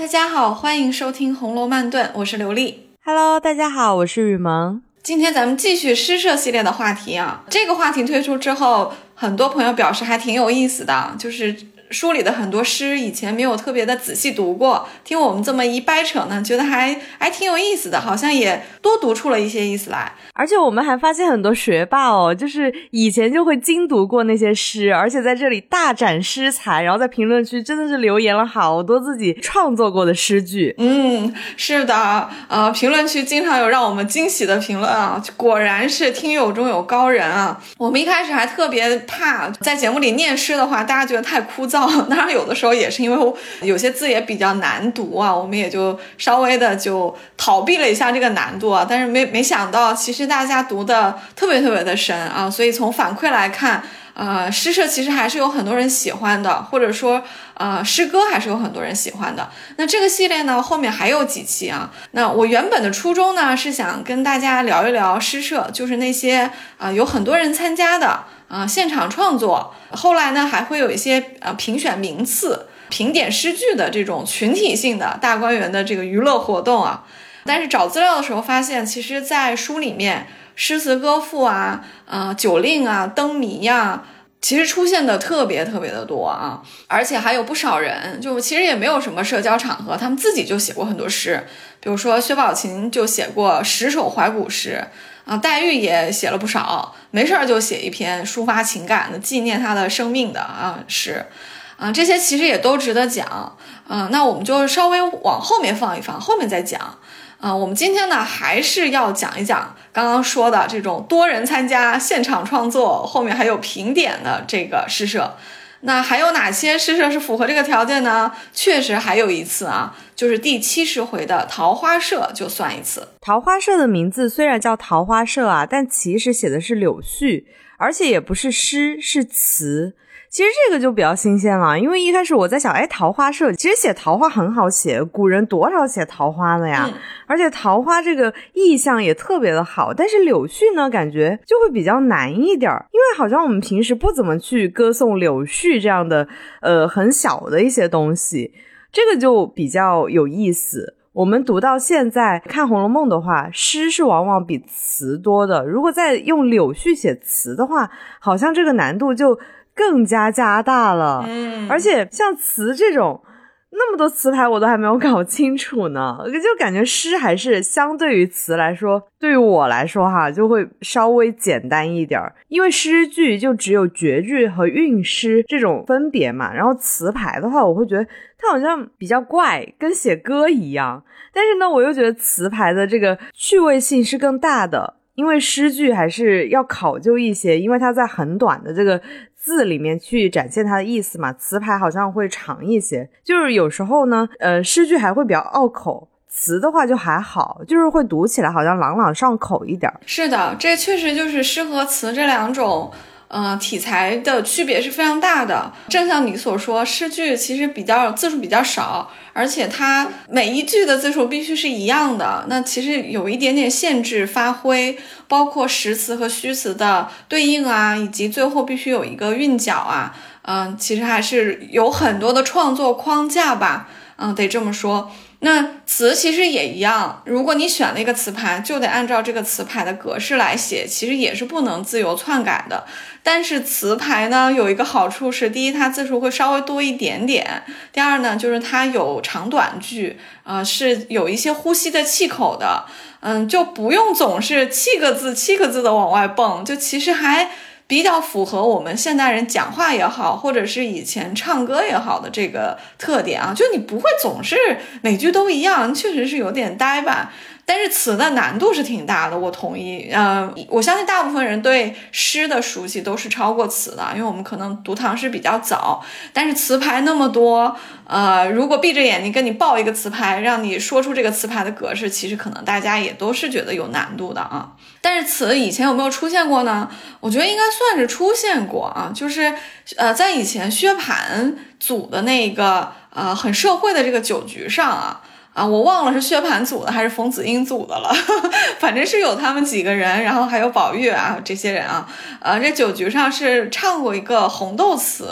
大家好，欢迎收听红楼慢炖，我是刘丽。 Hello， 大家好，我是雨萌。 今天咱们继续诗社系列的话题啊，这个话题推出之后，很多朋友表示还挺有意思的，就是书里的很多诗以前没有特别的仔细读过，听我们这么一掰扯呢，觉得还挺有意思的，好像也多读出了一些意思来。 而且我们还发现很多学霸哦，就是以前就会精读过那些诗，而且在这里大展诗才，然后在评论区真的是留言了好多自己创作过的诗句。 是的，评论区经常有让我们惊喜的评论啊，果然是听友中有高人啊。我们一开始还特别怕在节目里念诗的话，大家觉得太枯燥，当然有的时候也是因为有些字也比较难读啊，我们也就稍微的就逃避了一下这个难度啊。但是没想到其实大家读的特别特别的深啊，所以从反馈来看，诗社其实还是有很多人喜欢的，或者说诗歌还是有很多人喜欢的。那这个系列呢后面还有几期啊，那我原本的初衷呢是想跟大家聊一聊诗社，就是那些有很多人参加的现场创作，后来呢还会有一些评选名次、评点诗句的这种群体性的大观园的这个娱乐活动啊。但是找资料的时候发现，其实在书里面诗词歌赋酒令灯谜其实出现的特别特别的多啊，而且还有不少人就其实也没有什么社交场合，他们自己就写过很多诗，比如说薛宝琴就写过10首怀古诗黛玉也写了不少，没事就写一篇抒发情感的纪念她的生命的诗这些其实也都值得讲那我们就稍微往后面放一放，后面再讲我们今天呢还是要讲一讲刚刚说的这种多人参加现场创作，后面还有评点的这个诗社。那还有哪些诗社是符合这个条件呢？确实还有一次就是第70回的桃花社就算一次。 桃花社的名字虽然叫桃花社但其实写的是柳絮，而且也不是诗，是词。其实这个就比较新鲜了，因为一开始我在想桃花社其实写桃花很好写，古人多少写桃花的呀而且桃花这个意象也特别的好，但是柳絮呢感觉就会比较难一点，因为好像我们平时不怎么去歌颂柳絮这样的很小的一些东西，这个就比较有意思。我们读到现在看红楼梦的话，诗是往往比词多的，如果再用柳絮写词的话，好像这个难度就更加加大了而且像词这种那么多词牌我都还没有搞清楚呢，就感觉诗还是相对于词来说，对于我来说就会稍微简单一点，因为诗句就只有绝句和韵诗这种分别嘛，然后词牌的话我会觉得它好像比较怪，跟写歌一样，但是呢我又觉得词牌的这个趣味性是更大的，因为诗句还是要考究一些，因为它在很短的这个字里面去展现它的意思嘛，词牌好像会长一些，就是有时候呢诗句还会比较拗口，词的话就还好，就是会读起来好像朗朗上口一点。 是的，这确实就是诗和词这两种题材的区别是非常大的。正像你所说，诗句其实字数比较少，而且它每一句的字数必须是一样的，那其实有一点点限制发挥，包括实词和虚词的对应以及最后必须有一个韵脚其实还是有很多的创作框架吧得这么说。那词其实也一样，如果你选了一个词牌，就得按照这个词牌的格式来写，其实也是不能自由篡改的。但是词牌呢有一个好处是，第一它字数会稍微多一点点，第二呢就是它有长短句是有一些呼吸的气口的就不用总是7个字的往外蹦，就其实还比较符合我们现代人讲话也好，或者是以前唱歌也好的这个特点就你不会总是每句都一样，确实是有点呆板。但是词的难度是挺大的，我同意我相信大部分人对诗的熟悉都是超过词的，因为我们可能读唐诗比较早，但是词牌那么多如果闭着眼睛跟你报一个词牌，让你说出这个词牌的格式，其实可能大家也都是觉得有难度的但是词以前有没有出现过呢？我觉得应该算是出现过就是在以前薛蟠组的那个很社会的这个酒局上我忘了是薛蟠组的还是冯子英组的了反正是有他们几个人，然后还有宝玉这些人这酒局上是唱过一个红豆词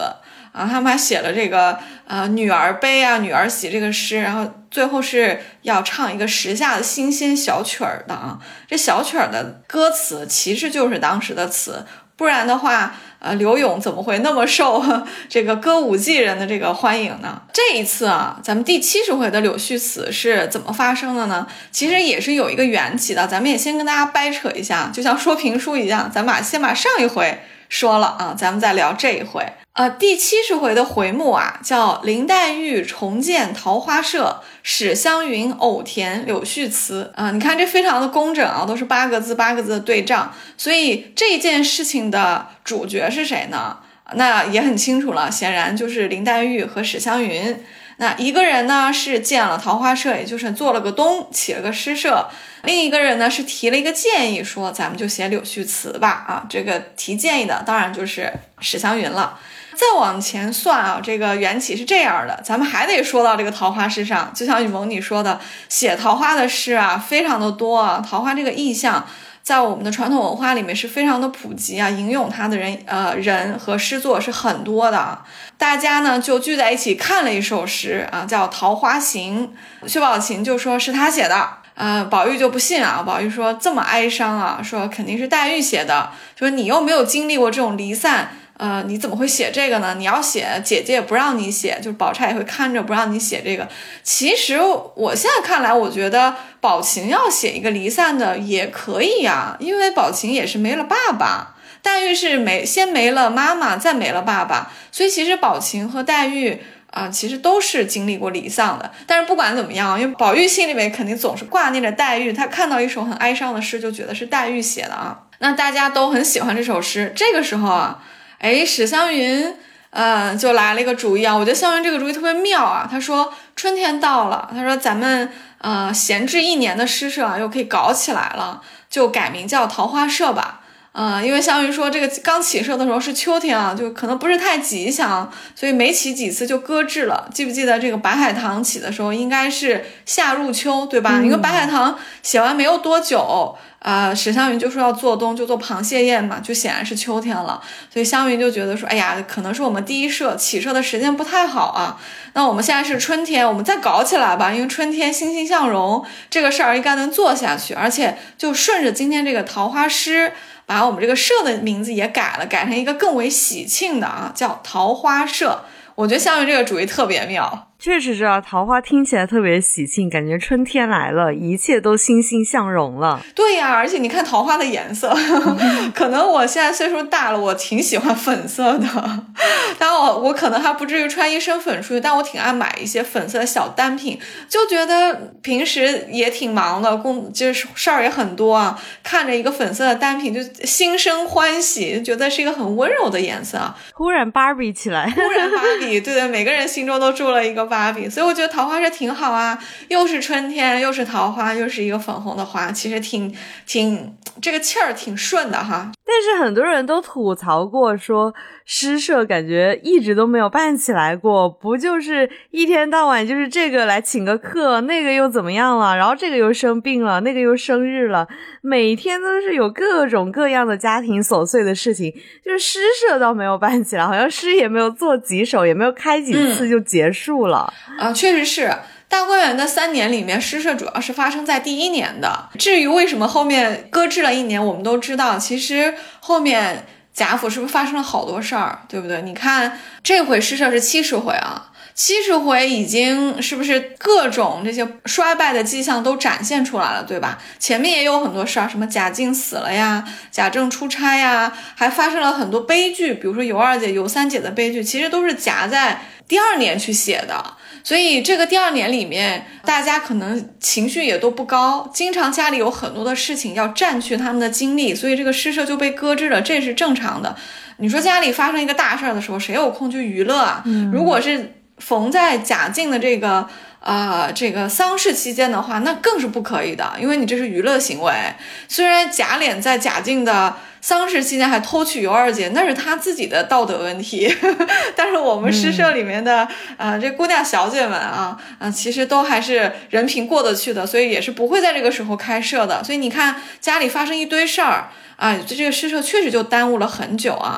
啊，他们还写了这个女儿悲啊女儿喜这个诗，然后最后是要唱一个时下的新鲜小曲儿的啊。这小曲儿的歌词其实就是当时的词，不然的话柳永怎么会那么受这个歌舞伎人的这个欢迎呢？这一次啊，咱们第70回的柳絮词是怎么发生的呢？其实也是有一个缘起的，咱们也先跟大家掰扯一下，就像说评书一样，咱们先把上一回说了啊，咱们再聊这一回。第70回的回目啊，叫林黛玉重建桃花社，史湘云偶填柳絮词啊。你看这非常的工整啊，都是8个字8个字的对仗。所以这件事情的主角是谁呢？那也很清楚了，显然就是林黛玉和史湘云。那一个人呢是建了桃花社，也就是做了个东，起了个诗社。另一个人呢是提了一个建议，说咱们就写柳絮词吧啊，这个提建议的当然就是史湘云了。再往前算啊，这个缘起是这样的，咱们还得说到这个桃花诗上，就像雨萌你说的，写桃花的诗啊非常的多啊，桃花这个意象在我们的传统文化里面是非常的普及啊，引用它的人和诗作是很多的啊。大家呢就聚在一起看了一首诗啊，叫《桃花行》，薛宝琴就说是他写的。宝玉就不信啊，宝玉说这么哀伤啊，说肯定是黛玉写的，说你又没有经历过这种离散，你怎么会写这个呢？你要写，姐姐也不让你写，就是宝钗也会看着不让你写这个。其实我现在看来，我觉得宝琴要写一个离散的也可以呀，因为宝琴也是没了爸爸，黛玉是先没了妈妈，再没了爸爸，所以其实宝琴和黛玉其实都是经历过离丧的。但是不管怎么样，因为宝玉心里面肯定总是挂念着黛玉，他看到一首很哀伤的诗就觉得是黛玉写的啊。那大家都很喜欢这首诗，这个时候啊，史湘云就来了一个主意啊，我觉得湘云这个主意特别妙啊。他说春天到了，他说咱们闲置1年的诗社又可以搞起来了，就改名叫桃花社吧。因为湘云说这个刚起社的时候是秋天啊，就可能不是太吉祥，所以没起几次就搁置了。记不记得这个白海棠起的时候应该是夏入秋，对吧？因为白海棠写完没有多久，史湘云就说要做冬，就做螃蟹宴嘛，就显然是秋天了。所以湘云就觉得说，哎呀，可能是我们第一社起社的时间不太好啊。那我们现在是春天，我们再搞起来吧，因为春天欣欣向荣，这个事儿应该能做下去，而且就顺着今天这个桃花诗，把我们这个社的名字也改了，改成一个更为喜庆的啊，叫桃花社。我觉得湘云这个主意特别妙。 确实是啊，桃花听起来特别喜庆，感觉春天来了，一切都欣欣向荣了。 对呀，而且你看桃花的颜色可能我现在岁数大了，我挺喜欢粉色的，当然我可能还不至于穿一身粉出去，但我挺爱买一些粉色的小单品，就觉得平时也挺忙的，就是事儿也很多啊，看着一个粉色的单品就心生欢喜，觉得是一个很温柔的颜色啊， 忽然芭比起来， 忽然芭比，对对，每个人心中都住了一个芭比，所以我觉得桃花社挺好啊，又是春天，又是桃花，又是一个粉红的花，其实挺这个气儿挺顺的哈。 但是很多人都吐槽过说诗社感觉一直都没有办起来过，不就是一天到晚就是这个来请个客，那个又怎么样了，然后这个又生病了，那个又生日了，每天都是有各种各样的家庭琐碎的事情，就是诗社倒没有办起来，好像诗也没有做几首，也没有开几次就结束了。 确实是大观园的3年里面，诗社主要是发生在第1年的。至于为什么后面搁置了1年，我们都知道，其实后面贾府是不是发生了好多事儿，对不对？你看这回诗社是70回啊，70回已经是不是各种这些衰败的迹象都展现出来了，对吧？前面也有很多事儿，什么贾静死了呀，贾政出差呀，还发生了很多悲剧，比如说尤二姐、尤三姐的悲剧，其实都是夹在第2年去写的。所以这个第2年里面，大家可能情绪也都不高，经常家里有很多的事情要占据他们的精力，所以这个诗社就被搁置了，这是正常的。你说家里发生一个大事的时候，谁有空去娱乐啊？如果是逢在贾静的这个丧事期间的话，那更是不可以的，因为你这是娱乐行为。虽然贾琏在贾静的丧事期间还偷娶尤二姐，那是他自己的道德问题但是我们诗社里面的这姑娘小姐们其实都还是人品过得去的，所以也是不会在这个时候开设的。所以你看家里发生一堆事儿这个诗社确实就耽误了很久啊。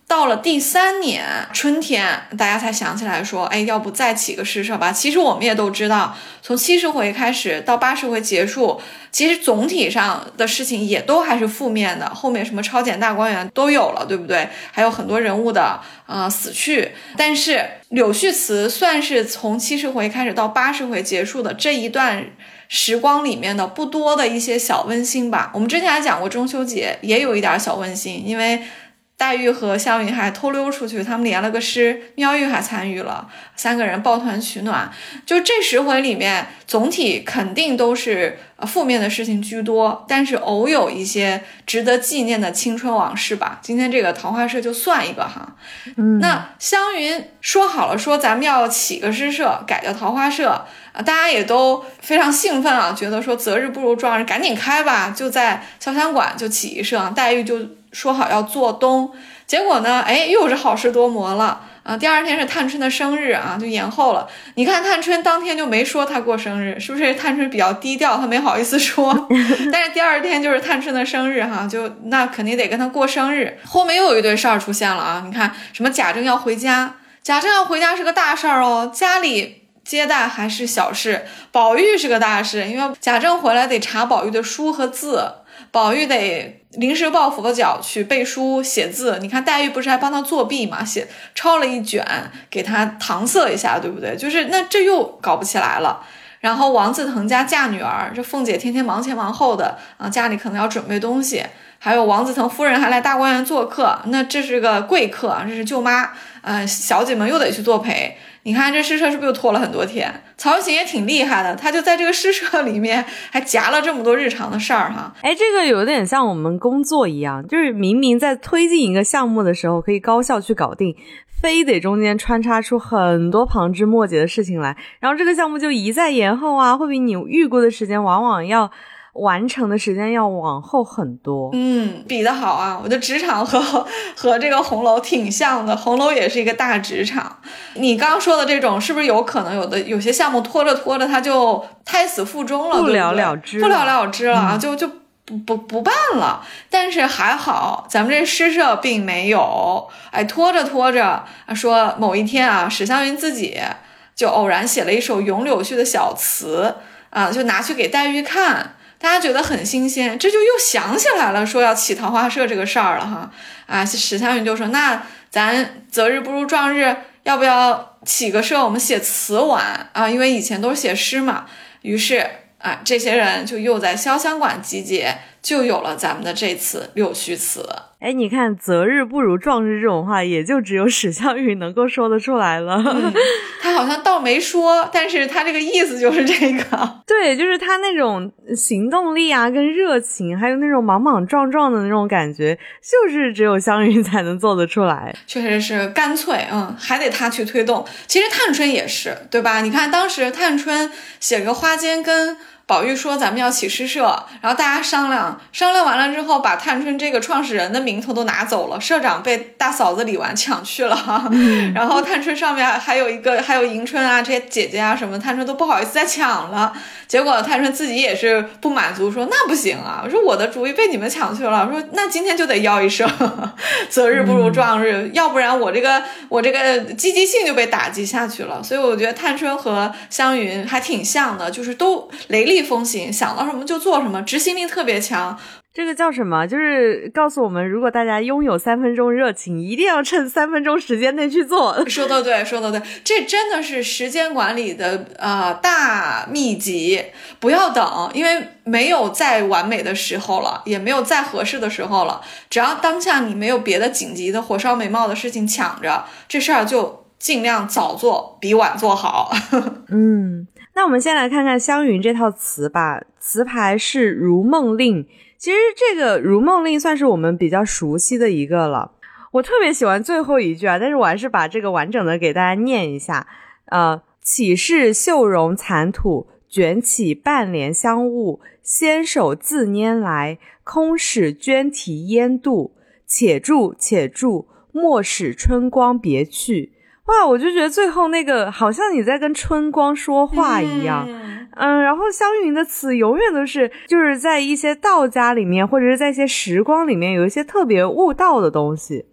到了第3年春天，大家才想起来说，哎，要不再起个诗社吧。其实我们也都知道，从70回开始到80回结束，其实总体上的事情也都还是负面的，后面什么超检大观园都有了，对不对？还有很多人物的死去。但是柳絮词算是从70回开始到80回结束的这一段时光里面的不多的一些小温馨吧。我们之前还讲过中秋节也有一点小温馨，因为黛玉和湘云还偷溜出去，他们连了个诗，妙玉还参与了，3个人抱团取暖。就这10回里面总体肯定都是负面的事情居多，但是偶有一些值得纪念的青春往事吧。今天这个桃花社就算一个哈。那湘云说好了说咱们要起个诗社，改叫桃花社，大家也都非常兴奋啊，觉得说择日不如撞日，赶紧开吧，就在潇湘馆就起一社。黛玉就说好要做东，结果呢，哎，又是好事多磨了啊！第2天是探春的生日啊，就延后了。你看探春当天就没说她过生日，是不是探春比较低调，她没好意思说？但是第2天就是探春的生日哈，就那肯定得跟她过生日。后面又有一堆事儿出现了啊！你看什么贾政要回家，贾政要回家是个大事儿哦，家里接待还是小事，宝玉是个大事，因为贾政回来得查宝玉的书和字，宝玉得临时抱佛脚去背书写字。你看黛玉不是还帮他作弊嘛，抄了一卷给他搪塞一下，对不对？就是那这又搞不起来了。然后王字腾家嫁女儿，这凤姐天天忙前忙后的啊，家里可能要准备东西，还有王字腾夫人还来大观园做客，那这是个贵客啊，这是舅妈，小姐们又得去作陪。你看这诗社是不是又拖了很多天？曹雪芹也挺厉害的，他就在这个诗社里面还夹了这么多日常的事儿哈。 哎，这个有点像我们工作一样，就是明明在推进一个项目的时候可以高效去搞定，非得中间穿插出很多旁枝末节的事情来，然后这个项目就一再延后啊，会比你预估的时间往往要完成的时间要往后很多。 比得好啊！我的职场和这个红楼挺像的，红楼也是一个大职场。你刚说的这种是不是有可能有些项目拖着拖着它就胎死腹中了， 不了了之了啊，就不办了。但是还好咱们这诗社并没有，哎，拖着拖着说某一天啊，史湘云自己就偶然写了一首咏柳絮的小词啊，就拿去给黛玉看，大家觉得很新鲜，这就又想起来了说要起桃花社这个事儿了哈。啊，史湘云就说那咱择日不如撞日，要不要起个社，我们写词晚啊，因为以前都是写诗嘛。于是啊，这些人就又在潇湘馆集结，就有了咱们的这次柳絮词。 哎，你看择日不如撞日这种话，也就只有史湘云能够说得出来了。 他好像倒没说，但是他这个意思就是这个。 对，就是他那种行动力啊，跟热情，还有那种莽莽撞撞的那种感觉，就是只有湘云才能做得出来。 确实是干脆，还得他去推动。其实探春也是，对吧？你看当时探春写个花间跟宝玉说咱们要起诗社，然后大家商量完了之后，把探春这个创始人的名头都拿走了，社长被大嫂子李纨抢去了然后探春上面还有迎春啊，这些姐姐啊什么，探春都不好意思再抢了。结果探春自己也是不满足，说那不行啊，我说我的主意被你们抢去了，说那今天就得要一声择日不如撞日，要不然我这个积极性就被打击下去了。所以我觉得探春和湘云还挺像的，就是都雷厉风行，想到什么就做什么，执行力特别强。 这个叫什么？就是告诉我们，如果大家拥有3分钟热情，一定要趁3分钟时间内去做。 说得对，这真的是时间管理的大秘籍。不要等，因为没有再完美的时候了，也没有再合适的时候了。只要当下你没有别的紧急的火烧眉毛的事情抢着，这事儿就尽量早做，比晚做好。 那我们先来看看湘云这套词吧。词牌是《如梦令》，其实这个《如梦令》算是我们比较熟悉的一个了。我特别喜欢最后一句啊，但是我还是把这个完整的给大家念一下。岂是绣容残土，卷起半帘香雾，纤手自拈来，空使鹃啼烟度，且住且住，莫使春光别去。哇，我就觉得最后那个好像你在跟春光说话一样。然后湘云的词永远都是就是在一些道家里面，或者是在一些时光里面有一些特别悟道的东西。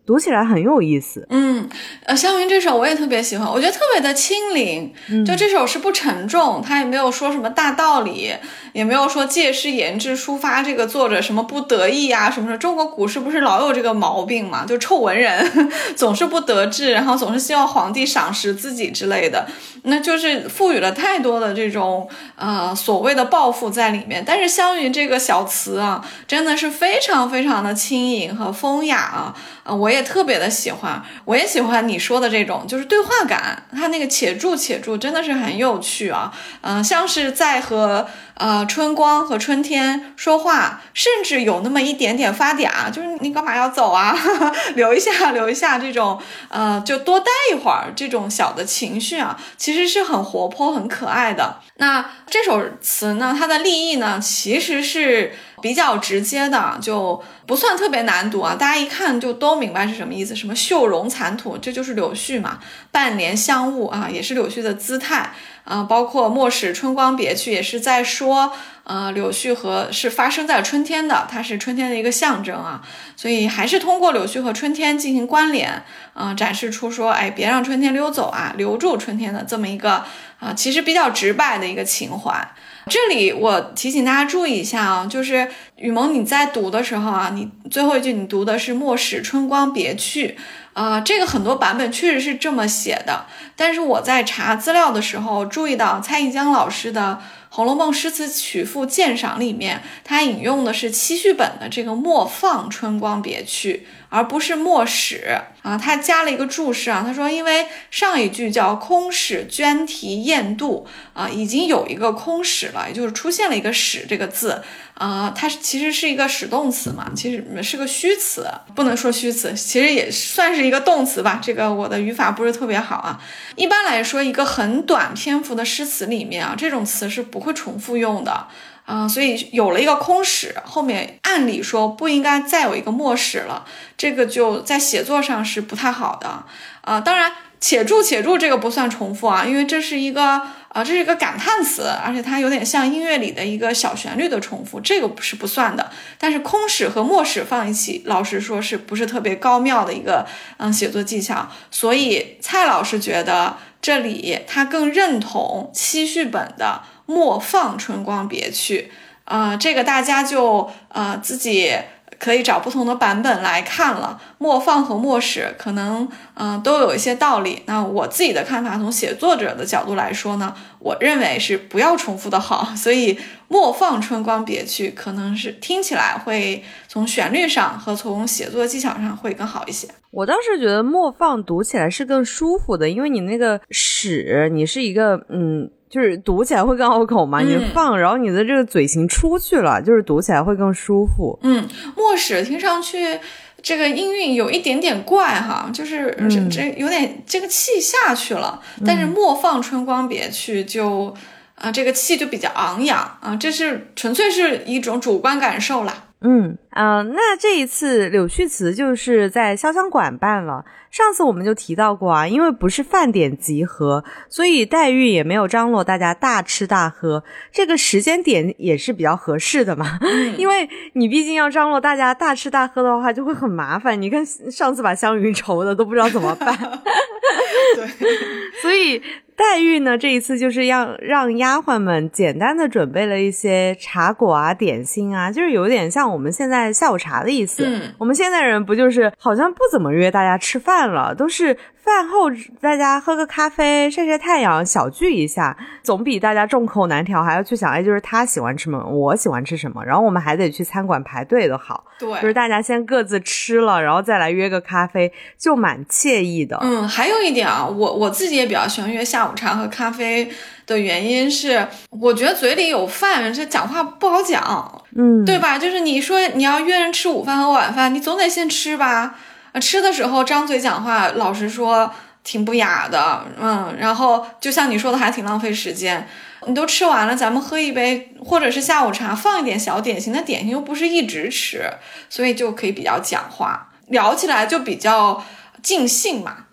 读起来很有意思。 湘云这首我也特别喜欢，我觉得特别的轻灵，就这首是不沉重，它也没有说什么大道理，也没有说借诗言志抒发这个作者什么不得意啊什么的。中国古诗不是老有这个毛病嘛，就臭文人总是不得志，然后总是希望皇帝赏识自己之类的，那就是赋予了太多的这种所谓的抱负在里面。但是湘云这个小词啊，真的是非常非常的轻盈和风雅啊，我也特别的喜欢。我也喜欢你说的这种就是对话感，它那个且住且住真的是很有趣啊，像是在和春光和春天说话，甚至有那么一点点发嗲，就是你干嘛要走啊留一下这种就多待一会儿这种小的情绪啊，其实是很活泼很可爱的。那这首词呢，它的立意呢其实是比较直接的，就不算特别难读啊，大家一看就都明白是什么意思。什么绣容残土，这就是柳絮嘛，半年香雾啊，也是柳絮的姿态包括莫使春光别去，也是在说柳絮是发生在春天的，它是春天的一个象征啊，所以还是通过柳絮和春天进行关联展示出说别让春天溜走啊，留住春天的这么一个其实比较直白的一个情怀。这里我提醒大家注意一下啊，就是雨萌你在读的时候啊，你最后一句你读的是莫使春光别去这个很多版本确实是这么写的，但是我在查资料的时候注意到蔡一江老师的《红楼梦诗词曲赋鉴赏》里面，他引用的是七序本的这个莫放春光别去，而不是莫使他加了一个注释他说因为上一句叫空使捐题验度已经有一个空使了，也就是出现了一个使这个字它其实是一个使动词嘛，其实是个虚词，不能说虚词，其实也算是一个动词吧，这个我的语法不是特别好一般来说一个很短篇幅的诗词里面这种词是不会重复用的所以有了一个空使，后面按理说不应该再有一个末使了，这个就在写作上是不太好的当然且住这个不算重复因为这是一个感叹词，而且它有点像音乐里的一个小旋律的重复，这个是不算的。但是空使和末使放一起，老实说是不是特别高妙的一个写作技巧，所以蔡老师觉得这里他更认同七序本的莫放春光别去这个大家就自己可以找不同的版本来看了，莫放和莫使可能都有一些道理。那我自己的看法，从写作者的角度来说呢，我认为是不要重复的好，所以莫放春光别去可能是听起来会从旋律上和从写作技巧上会更好一些。 我倒是觉得莫放读起来是更舒服的，因为你那个使你是一个就是读起来会更拗口嘛，你放然后你的这个嘴型出去了，就是读起来会更舒服。 莫使听上去这个音韵有一点点怪就是这有点这个气下去了但是莫放春光别去就这个气就比较昂扬这是纯粹是一种主观感受啦。 那这一次柳絮词就是在潇湘馆办了，上次我们就提到过因为不是饭点集合，所以黛玉也没有张罗大家大吃大喝，这个时间点也是比较合适的嘛因为你毕竟要张罗大家大吃大喝的话就会很麻烦，你看上次把湘云愁的都不知道怎么办对， 所以黛玉呢这一次就是让丫鬟们简单的准备了一些茶果点心就是有点像我们现在下午茶的意思我们现在人不就是好像不怎么约大家吃饭了，都是饭后大家喝个咖啡晒晒太阳小聚一下，总比大家众口难调还要去想就是他喜欢吃什么我喜欢吃什么，然后我们还得去餐馆排队的好。 对， 就是大家先各自吃了然后再来约个咖啡，就蛮惬意的。 还有一点我自己也比较喜欢约下午茶和咖啡的原因是我觉得嘴里有饭这讲话不好讲对吧，就是你说你要约人吃午饭和晚饭，你总得先吃吧吃的时候张嘴讲话老实说挺不雅的然后就像你说的还挺浪费时间，你都吃完了咱们喝一杯或者是下午茶放一点小点心，那点心又不是一直吃，所以就可以比较讲话，聊起来就比较尽兴嘛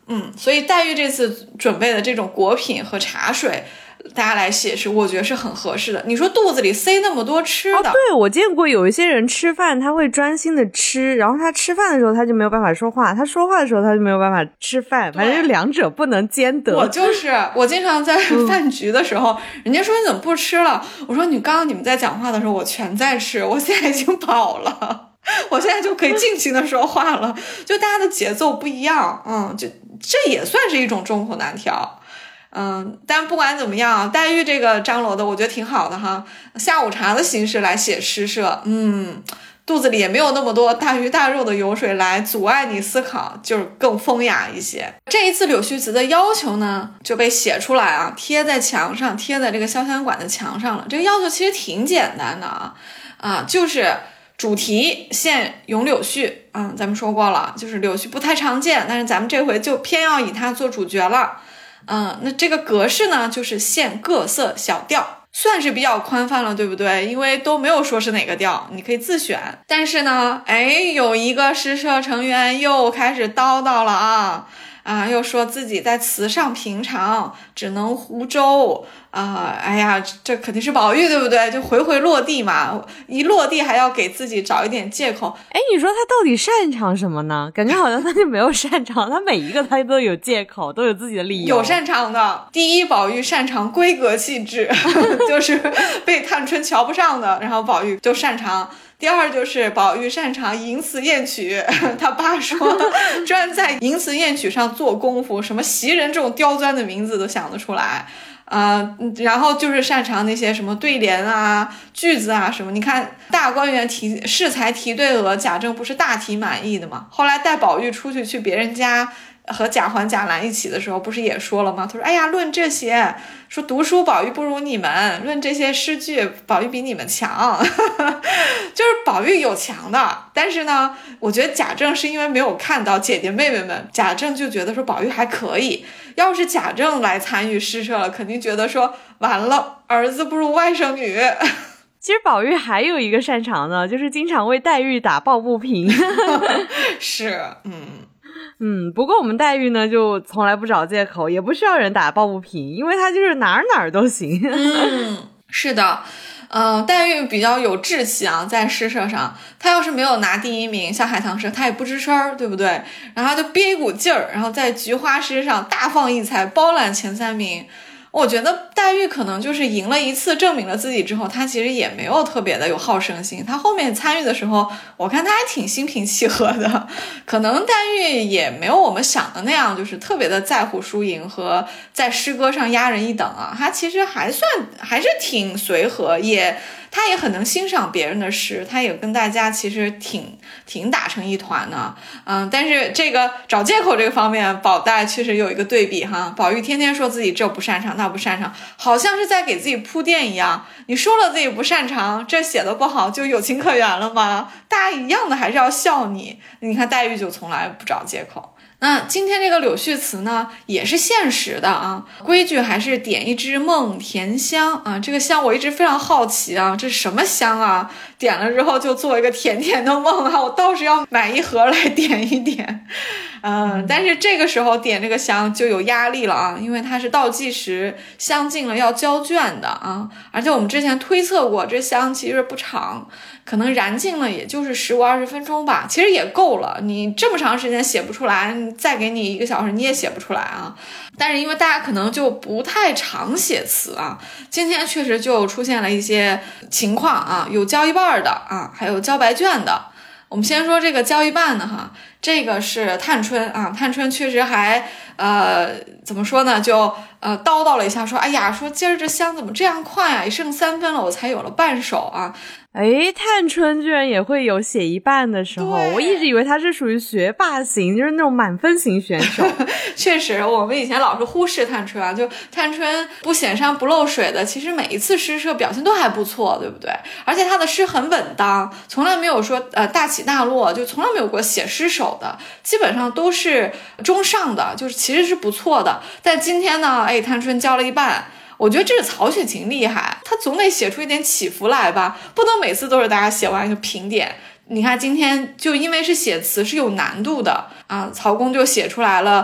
所以黛玉这次准备的这种果品和茶水，大家来写诗，我觉得是很合适的。你说肚子里塞那么多吃的， 对，我见过有一些人吃饭他会专心的吃，然后他吃饭的时候他就没有办法说话，他说话的时候他就没有办法吃饭，反正两者不能兼得。 我经常在饭局的时候，人家说你怎么不吃了，我说你刚刚你们在讲话的时候我全在吃，我现在已经饱了，我现在就可以尽情的说话了，就大家的节奏不一样，就这也算是一种众口难调。但不管怎么样，黛玉这个张罗的我觉得挺好的哈，下午茶的形式来写诗社，肚子里也没有那么多大鱼大肉的油水来阻碍你思考，就是更风雅一些。这一次柳絮词的要求呢就被写出来啊，贴在墙上，贴在这个潇湘馆的墙上了。这个要求其实挺简单的就是主题现咏柳絮，咱们说过了，就是柳絮不太常见，但是咱们这回就偏要以它做主角了。那这个格式呢就是现各色小调，算是比较宽泛了，对不对？因为都没有说是哪个调，你可以自选。但是呢有一个诗社成员又开始叨叨了又说自己在词上平常，只能湖州这肯定是宝玉，对不对？就回落地嘛，一落地还要给自己找一点借口。 你说他到底擅长什么呢？感觉好像他就没有擅长，他每一个他都有借口，都有自己的理由。 有擅长的，第一，宝玉擅长闺阁气质，就是被探春瞧不上的，然后宝玉就擅长。第二就是宝玉擅长淫词艳曲，他爸说专在淫词艳曲上做功夫，什么袭人这种刁钻的名字都想得出来。然后就是擅长那些什么对联句子什么。你看大观园适才题对额，贾政不是大体满意的吗？后来带宝玉出去别人家和贾环贾兰一起的时候不是也说了吗？他说哎呀，论这些，说读书宝玉不如你们，论这些诗句宝玉比你们强就是宝玉有强的，但是呢我觉得贾政是因为没有看到姐姐妹妹们，贾政就觉得说宝玉还可以。要是贾政来参与诗社了，肯定觉得说完了，儿子不如外甥女其实宝玉还有一个擅长的，就是经常为黛玉打抱不平是不过我们黛玉呢就从来不找借口，也不需要人打抱不平，因为她就是哪儿都行是的。黛玉比较有志气在诗社上，她要是没有拿第一名，像海棠诗她也不吱声，对不对？然后就憋一股劲儿，然后在菊花诗上大放异彩，包揽前3名。我觉得黛玉可能就是赢了一次，证明了自己之后，她其实也没有特别的有好胜心。她后面参与的时候，我看她还挺心平气和的。可能黛玉也没有我们想的那样，就是特别的在乎输赢和在诗歌上压人一等她其实还是挺随和，他也很能欣赏别人的诗，他也跟大家其实挺打成一团的。但是这个找借口这个方面，宝黛确实有一个对比哈。宝玉天天说自己这不擅长那不擅长，好像是在给自己铺垫一样。你说了自己不擅长，这写的不好就有情可原了吗？大家一样的还是要笑你。你看黛玉就从来不找借口。那今天这个柳絮词呢也是现实的规矩还是点一支梦甜香这个香我一直非常好奇这是什么香点了之后就做一个甜甜的梦我倒是要买一盒来点一点。但是这个时候点这个香就有压力了因为它是倒计时，香尽了要交卷的而且我们之前推测过这香其实不长，可能燃尽了也就是15-20分钟吧，其实也够了。你这么长时间写不出来，再给你1个小时你也写不出来但是因为大家可能就不太常写词今天确实就出现了一些情况有交一半的还有交白卷的。我们先说这个交一半的这个是探春探春确实还怎么说呢，就叨叨了一下说哎呀，说今儿这香怎么这样快也剩3分了我才有了半首探春居然也会有写一半的时候，我一直以为她是属于学霸型，就是那种满分型选手确实我们以前老是忽视探春就探春不显山不漏水的，其实每一次诗社表现都还不错，对不对？而且她的诗很稳当，从来没有说大起大落，就从来没有过写失手的，基本上都是中上的，就是其实是不错的。但今天呢探春交了一半，我觉得这是曹雪芹厉害，他总得写出一点起伏来吧，不能每次都是大家写完一个评点。你看今天就因为是写词是有难度的曹公就写出来了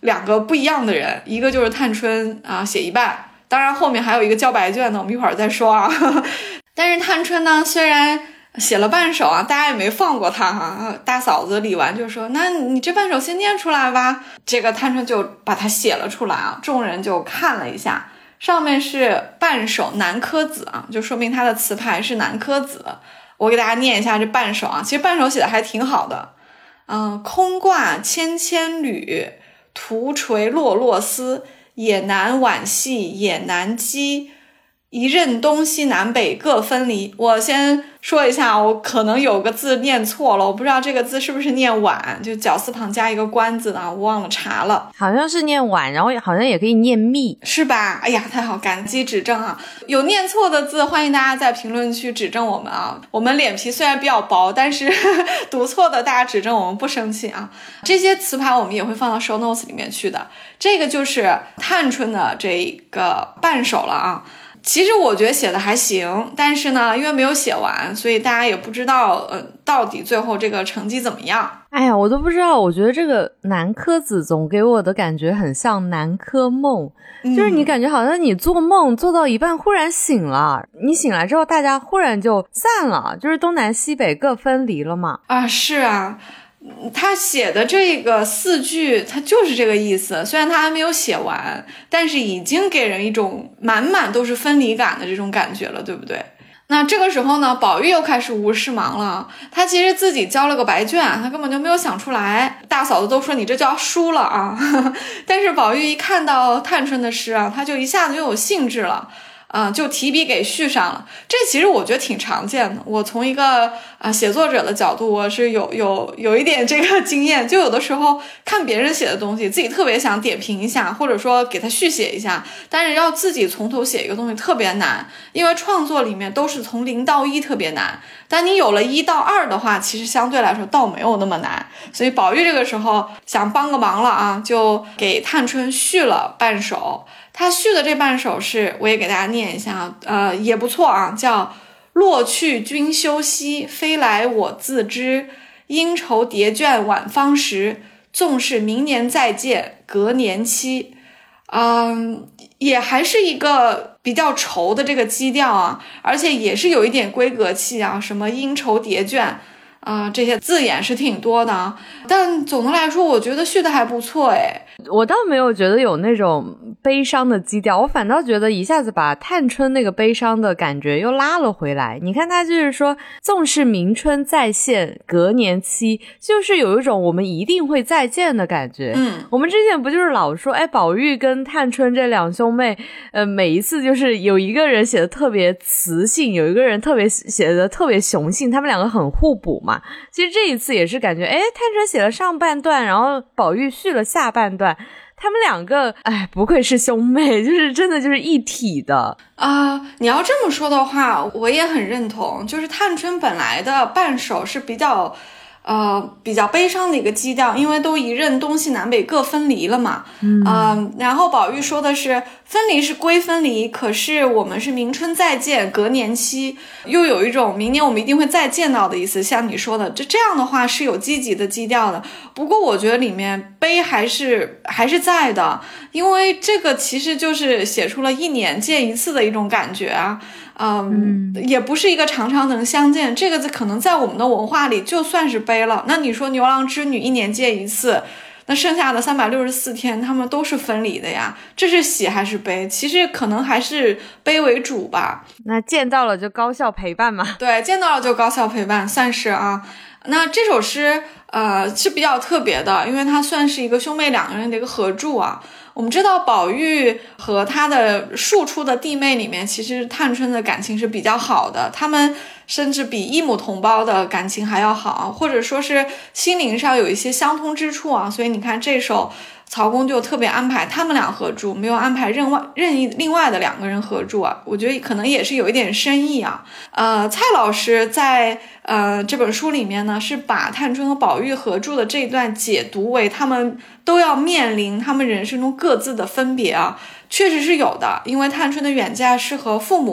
两个不一样的人，一个就是探春啊，写一半，当然后面还有一个交白卷的，我们一会儿再说啊。但是探春呢，虽然写了半首啊，大家也没放过他哈。大嫂子李纨就说：“那你这半首先念出来吧。”这个探春就把它写了出来啊，众人就看了一下，上面是半首南柯子啊，就说明他的词牌是南柯子。我给大家念一下这半首啊，其实半首写的还挺好的。空挂纤纤缕，徒垂落落丝，也难惋惜，也难羁。一任东西南北各分离。我先说一下，我可能有个字念错了，我不知道这个字是不是念晚，就绞丝旁加一个关字的，我忘了查了。 好像是念晚，然后好像也可以念密， 是吧？哎呀，太好，感激指正啊！有念错的字，欢迎大家在评论区指正我们啊。我们脸皮虽然比较薄，但是读错的大家指正我们不生气啊。这些词牌我们也会放到 show notes 里面去的。这个就是探春的这个半首了啊。其实我觉得写的还行，但是呢，因为没有写完，所以大家也不知道到底最后这个成绩怎么样。 哎呀，我都不知道，我觉得这个南柯子总给我的感觉很像南柯梦，就是你感觉好像你做梦做到一半忽然醒了，你醒来之后大家忽然就散了，就是东南西北各分离了嘛。 啊，是啊。他写的这个4句他就是这个意思，虽然他还没有写完，但是已经给人一种满满都是分离感的这种感觉了，对不对？那这个时候呢，宝玉又开始无事忙了，他其实自己交了个白卷，他根本就没有想出来，大嫂子都说你这叫输了啊。但是宝玉一看到探春的诗啊，他就一下子就有兴致了，就提笔给续上了。这其实我觉得挺常见的，我从一个写作者的角度，我是有一点这个经验，就有的时候看别人写的东西，自己特别想点评一下，或者说给他续写一下，但是要自己从头写一个东西特别难，因为创作里面都是从0到1特别难，但你有了1到2的话，其实相对来说倒没有那么难。所以宝玉这个时候想帮个忙了啊，就给探春续了半首。他续的这半首是，我也给大家念一下，也不错啊，叫落去君休息，飞来我自知，应酬叠卷晚方时，纵是明年再见，隔年期。也还是一个比较愁的这个基调啊，而且也是有一点闺阁气啊，什么应酬叠卷这些字眼是挺多的啊，但总的来说我觉得续的还不错诶。 我倒没有觉得有那种悲伤的基调，我反倒觉得一下子把探春那个悲伤的感觉又拉了回来。你看他就是说纵是明春再现隔年期，就是有一种我们一定会再见的感觉。我们之前不就是老说宝玉跟探春这两兄妹每一次就是有一个人写的特别雌性，有一个人写的特别雄性，他们两个很互补嘛。其实这一次也是感觉探春写了上半段，然后宝玉续了下半段，他们两个不愧是兄妹，就是真的就是一体的你要这么说的话我也很认同，就是探春本来的半首是比较悲伤的一个基调，因为都一任东西南北各分离了嘛。然后宝玉说的是分离是归分离，可是我们是明春再见隔年期，又有一种明年我们一定会再见到的意思。像你说的这样的话是有积极的基调的，不过我觉得里面悲还是在的，因为这个其实就是写出了1年见一次的一种感觉啊。也不是一个常常能相见，这个可能在我们的文化里就算是悲了。那你说牛郎织女1年见一次，那剩下的364天他们都是分离的呀，这是喜还是悲？其实可能还是悲为主吧。 那见到了就高效陪伴嘛。 对，见到了就高效陪伴，算是啊。那这首诗是比较特别的，因为它算是一个兄妹2个人的一个合著啊。我们知道宝玉和他的庶出的弟妹里面，其实探春的感情是比较好的，他们甚至比异母同胞的感情还要好，或者说是心灵上有一些相通之处啊。所以你看这首曹公就特别安排他们俩合著，没有安排另外的2个人合著啊，我觉得可能也是有一点深意啊。蔡老师在这本书里面呢，是把探春和宝玉合著的这一段解读为他们都要面临他们人生中各自的分别啊，确实是有的。因为探春的远嫁是和父母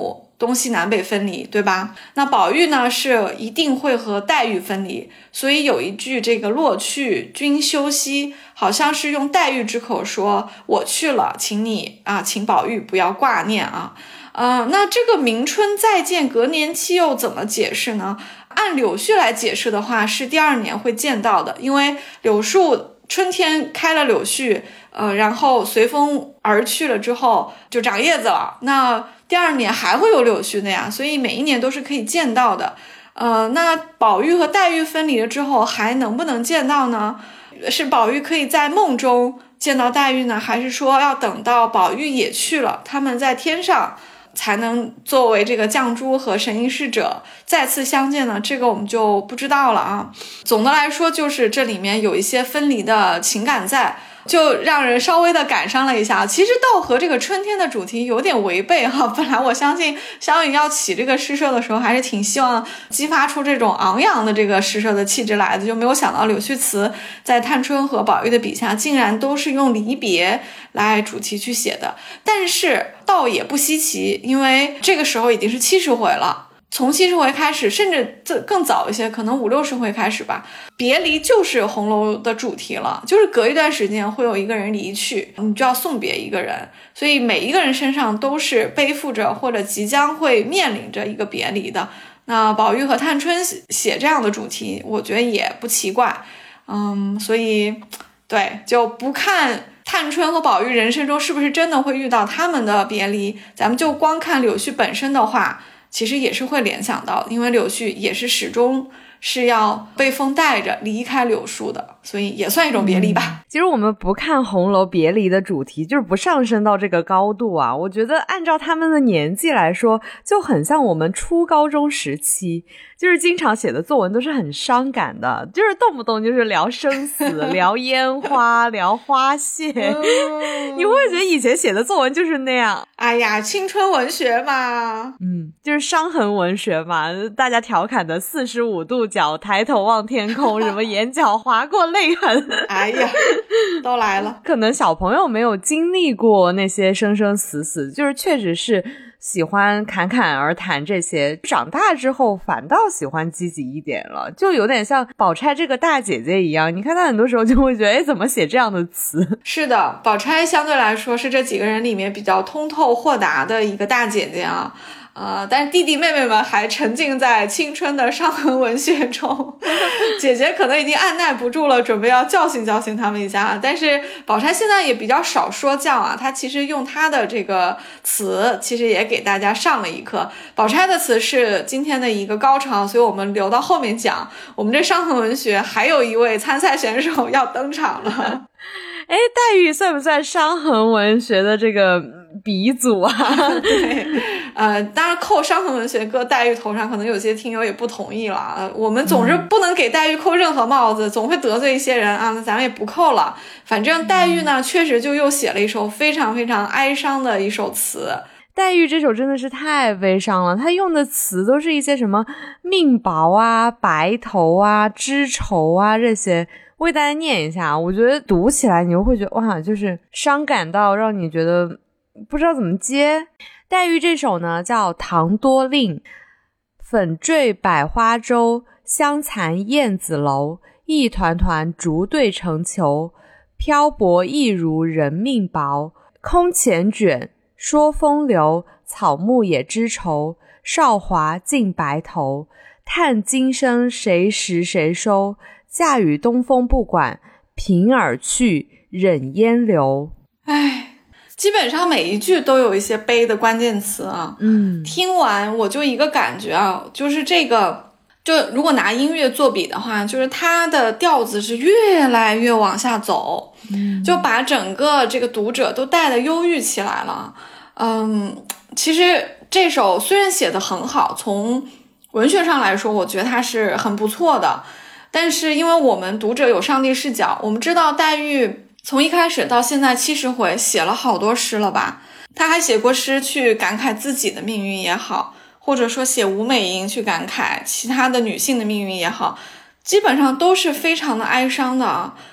东西南北分离，对吧？那宝玉呢是一定会和黛玉分离，所以有一句这个落去君休息，好像是用黛玉之口说我去了，请你请宝玉不要挂念啊。那这个明春再见隔年期又怎么解释呢？按柳絮来解释的话，是第2年会见到的，因为柳树春天开了柳絮，然后随风而去了之后就长叶子了，那第2年还会有柳絮的呀，所以每一年都是可以见到的。那宝玉和黛玉分离了之后还能不能见到呢？是宝玉可以在梦中见到黛玉呢，还是说要等到宝玉也去了，他们在天上才能作为这个绛珠和神瑛侍者再次相见呢？这个我们就不知道了啊。总的来说就是这里面有一些分离的情感在，就让人稍微的感伤了一下。其实倒和这个春天的主题有点违背哈。本来我相信湘云要起这个诗社的时候还是挺希望激发出这种昂扬的这个诗社的气质来的，就没有想到柳絮词在探春和宝玉的笔下竟然都是用离别来主题去写的。但是倒也不稀奇，因为这个时候已经是70回了，从70回开始，甚至更早一些，可能50-60回开始吧，别离就是红楼的主题了，就是隔一段时间会有一个人离去，你就要送别一个人，所以每一个人身上都是背负着或者即将会面临着一个别离的。那宝玉和探春写这样的主题，我觉得也不奇怪。所以对，就不看探春和宝玉人生中是不是真的会遇到他们的别离，咱们就光看柳絮本身的话，其实也是会联想到，因为柳絮也是始终是要被风带着离开柳树的，所以也算一种别离吧。 其实我们不看红楼别离的主题，就是不上升到这个高度啊，我觉得按照他们的年纪来说，就很像我们初高中时期，就是经常写的作文都是很伤感的，就是动不动就是聊生死聊烟花聊花谢你会不会觉得以前写的作文就是那样？ 哎呀，青春文学嘛， 就是伤痕文学嘛，大家调侃的45度角抬头望天空什么眼角划过泪痕哎呀都来了。 可能小朋友没有经历过那些生生死死，就是确实是喜欢侃侃而谈这些，长大之后反倒喜欢积极一点了，就有点像宝钗这个大姐姐一样，你看她很多时候就会觉得怎么写这样的词。 是的，宝钗相对来说是这几个人里面比较通透豁达的一个大姐姐啊。但是弟弟妹妹们还沉浸在青春的伤痕文学中姐姐可能已经按耐不住了，准备要教训教训他们一下。但是宝钗现在也比较少说教啊，她其实用她的这个词其实也给大家上了一课。宝钗的词是今天的一个高潮，所以我们留到后面讲。我们这伤痕文学还有一位参赛选手要登场了黛玉算不算伤痕文学的这个鼻祖啊？ 对，当然扣伤痕文学搁黛玉头上，可能有些听友也不同意了。我们总是不能给黛玉扣任何帽子，总会得罪一些人啊，那咱们也不扣了。反正黛玉呢，确实就又写了一首非常非常哀伤的一首词。 黛玉这首真的是太悲伤了，她用的词都是一些什么命薄啊、白头啊、知愁啊这些。为大家念一下，我觉得读起来你就会觉得哇，就是伤感到让你觉得不知道怎么接。黛玉这首呢叫《唐多令》，粉坠百花洲，香残燕子楼，一团团竹对成球，漂泊亦如人命薄，空前卷，说风流，草木也知愁，少华尽白头，叹今生谁识谁收，嫁与东风不管，平而去，忍烟流。 唉，基本上每一句都有一些悲的关键词啊。听完我就一个感觉啊，就是这个，就如果拿音乐做比的话，就是它的调子是越来越往下走，就把整个这个读者都带得忧郁起来了。其实这首虽然写得很好，从文学上来说，我觉得它是很不错的。但是因为我们读者有上帝视角，我们知道黛玉从一开始到现在70回写了好多诗了吧，她还写过诗去感慨自己的命运也好，或者说写吴美莹去感慨其他的女性的命运也好，基本上都是非常的哀伤的。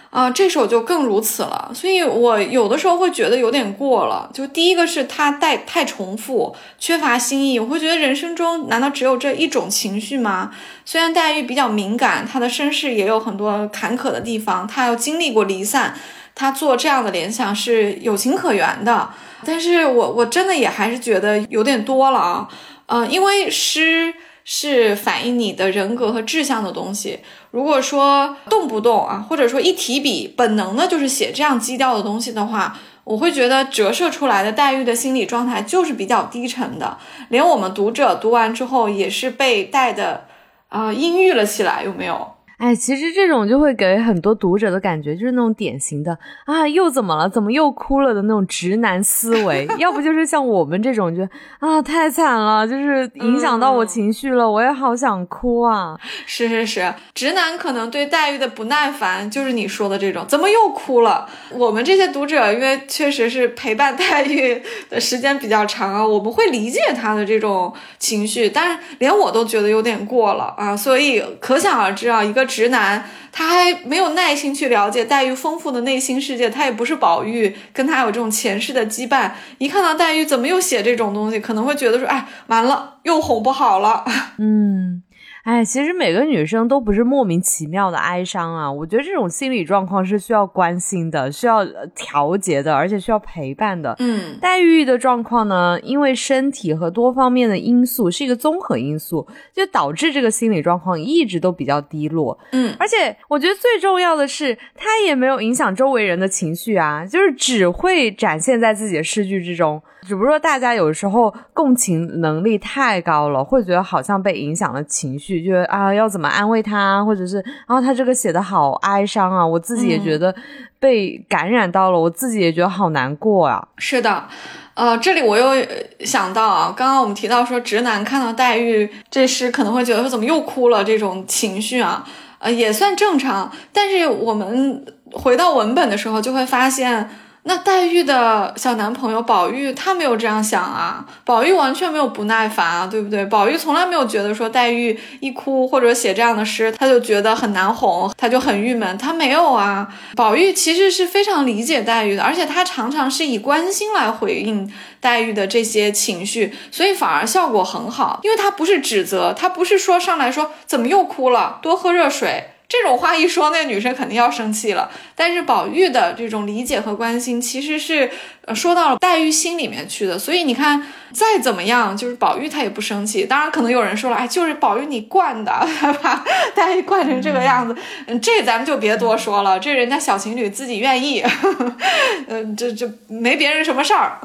这首就更如此了。所以我有的时候会觉得有点过了。就第一个是它太重复，缺乏新意。我会觉得人生中难道只有这一种情绪吗？虽然黛玉比较敏感，她的身世也有很多坎坷的地方，她要经历过离散，她做这样的联想是有情可原的。但是我真的也还是觉得有点多了啊。因为诗是反映你的人格和志向的东西，如果说动不动啊，或者说一提笔本能的就是写这样基调的东西的话，我会觉得折射出来的黛玉的心理状态就是比较低沉的，连我们读者读完之后也是被带的阴郁了起来，有没有？ 其实这种就会给很多读者的感觉就是那种典型的又怎么了，怎么又哭了的那种直男思维要不就是像我们这种就太惨了，就是影响到我情绪了，我也好想哭啊。 是，直男可能对黛玉的不耐烦就是你说的这种怎么又哭了。我们这些读者因为确实是陪伴黛玉的时间比较长啊，我们会理解他的这种情绪，但是连我都觉得有点过了啊。所以可想而知啊，一个直男他还没有耐心去了解黛玉丰富的内心世界，他也不是宝玉，跟他有这种前世的羁绊，一看到黛玉怎么又写这种东西，可能会觉得说完了，又哄不好了。 其实每个女生都不是莫名其妙的哀伤啊，我觉得这种心理状况是需要关心的，需要调节的，而且需要陪伴的。黛玉的状况呢，因为身体和多方面的因素是一个综合因素，就导致这个心理状况一直都比较低落。而且我觉得最重要的是，她也没有影响周围人的情绪啊，就是只会展现在自己的诗句之中。只不过大家有时候共情能力太高了，会觉得好像被影响了情绪，觉得要怎么安慰他，或者是他这个写得好哀伤啊，我自己也觉得被感染到了，我自己也觉得好难过啊。 是的，这里我又想到啊，刚刚我们提到说直男看到黛玉这诗可能会觉得说怎么又哭了，这种情绪啊，也算正常。但是我们回到文本的时候就会发现，那黛玉的小男朋友宝玉他没有这样想啊，宝玉完全没有不耐烦啊，对不对？宝玉从来没有觉得说黛玉一哭或者写这样的诗他就觉得很难哄，他就很郁闷，他没有啊。宝玉其实是非常理解黛玉的，而且他常常是以关心来回应黛玉的这些情绪，所以反而效果很好。因为他不是指责，他不是说上来说怎么又哭了，多喝热水，这种话一说，那个女生肯定要生气了。但是宝玉的这种理解和关心其实是说到了黛玉心里面去的，所以你看再怎么样就是宝玉他也不生气。当然可能有人说了，就是宝玉你惯的，把黛玉惯成这个样子，这咱们就别多说了，这人家小情侣自己愿意这没别人什么事儿。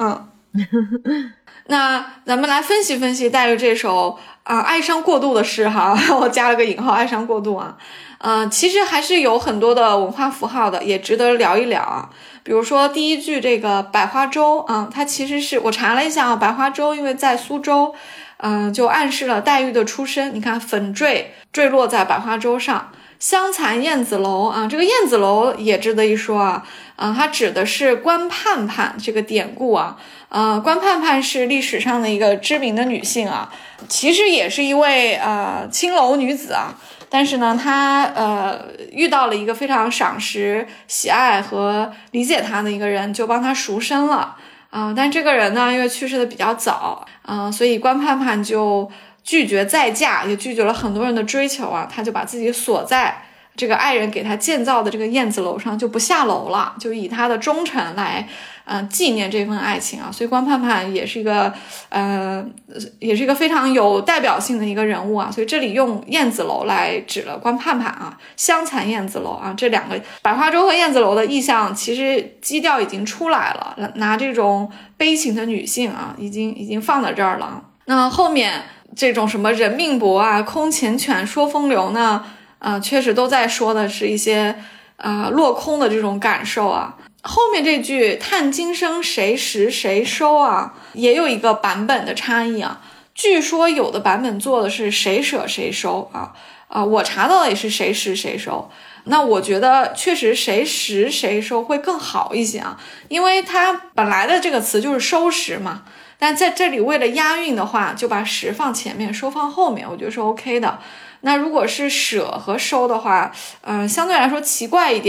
那咱们来分析分析黛玉这首哀伤过度的诗哈，我加了个引号，哀伤过度啊。其实还是有很多的文化符号的，也值得聊一聊啊。比如说第一句这个百花洲啊，它其实是我查了一下百花洲因为在苏州，就暗示了黛玉的出身。你看粉坠落在百花洲上，香残燕子楼啊，这个燕子楼也值得一说啊。它指的是关盼盼这个典故啊。关盼盼是历史上的一个知名的女性啊，其实也是一位青楼女子啊。但是呢，她遇到了一个非常赏识、喜爱和理解她的一个人，就帮她赎身了但这个人呢，因为去世的比较早所以关盼盼就拒绝再嫁，也拒绝了很多人的追求啊。她就把自己锁在这个爱人给她建造的这个燕子楼上，就不下楼了，就以她的忠诚来纪念这份爱情啊。所以关盼盼也是一个非常有代表性的一个人物啊。所以这里用燕子楼来指了关盼盼啊，香残燕子楼啊，这两个百花洲和燕子楼的意象其实基调已经出来了，拿这种悲情的女性啊，已经放在这儿了。那后面这种什么人命薄啊，空缱绻说风流呢，确实都在说的是一些落空的这种感受啊。后面这句叹今生谁识谁收啊，也有一个版本的差异啊。据说有的版本做的是谁舍谁收我查到的也是谁识谁收。那我觉得确实谁识谁收会更好一些啊，因为它本来的这个词就是收拾嘛，但在这里为了押韵的话，就把拾放前面，收放后面，我觉得是 OK 的。那如果是舍和收的话，相对来说奇怪一点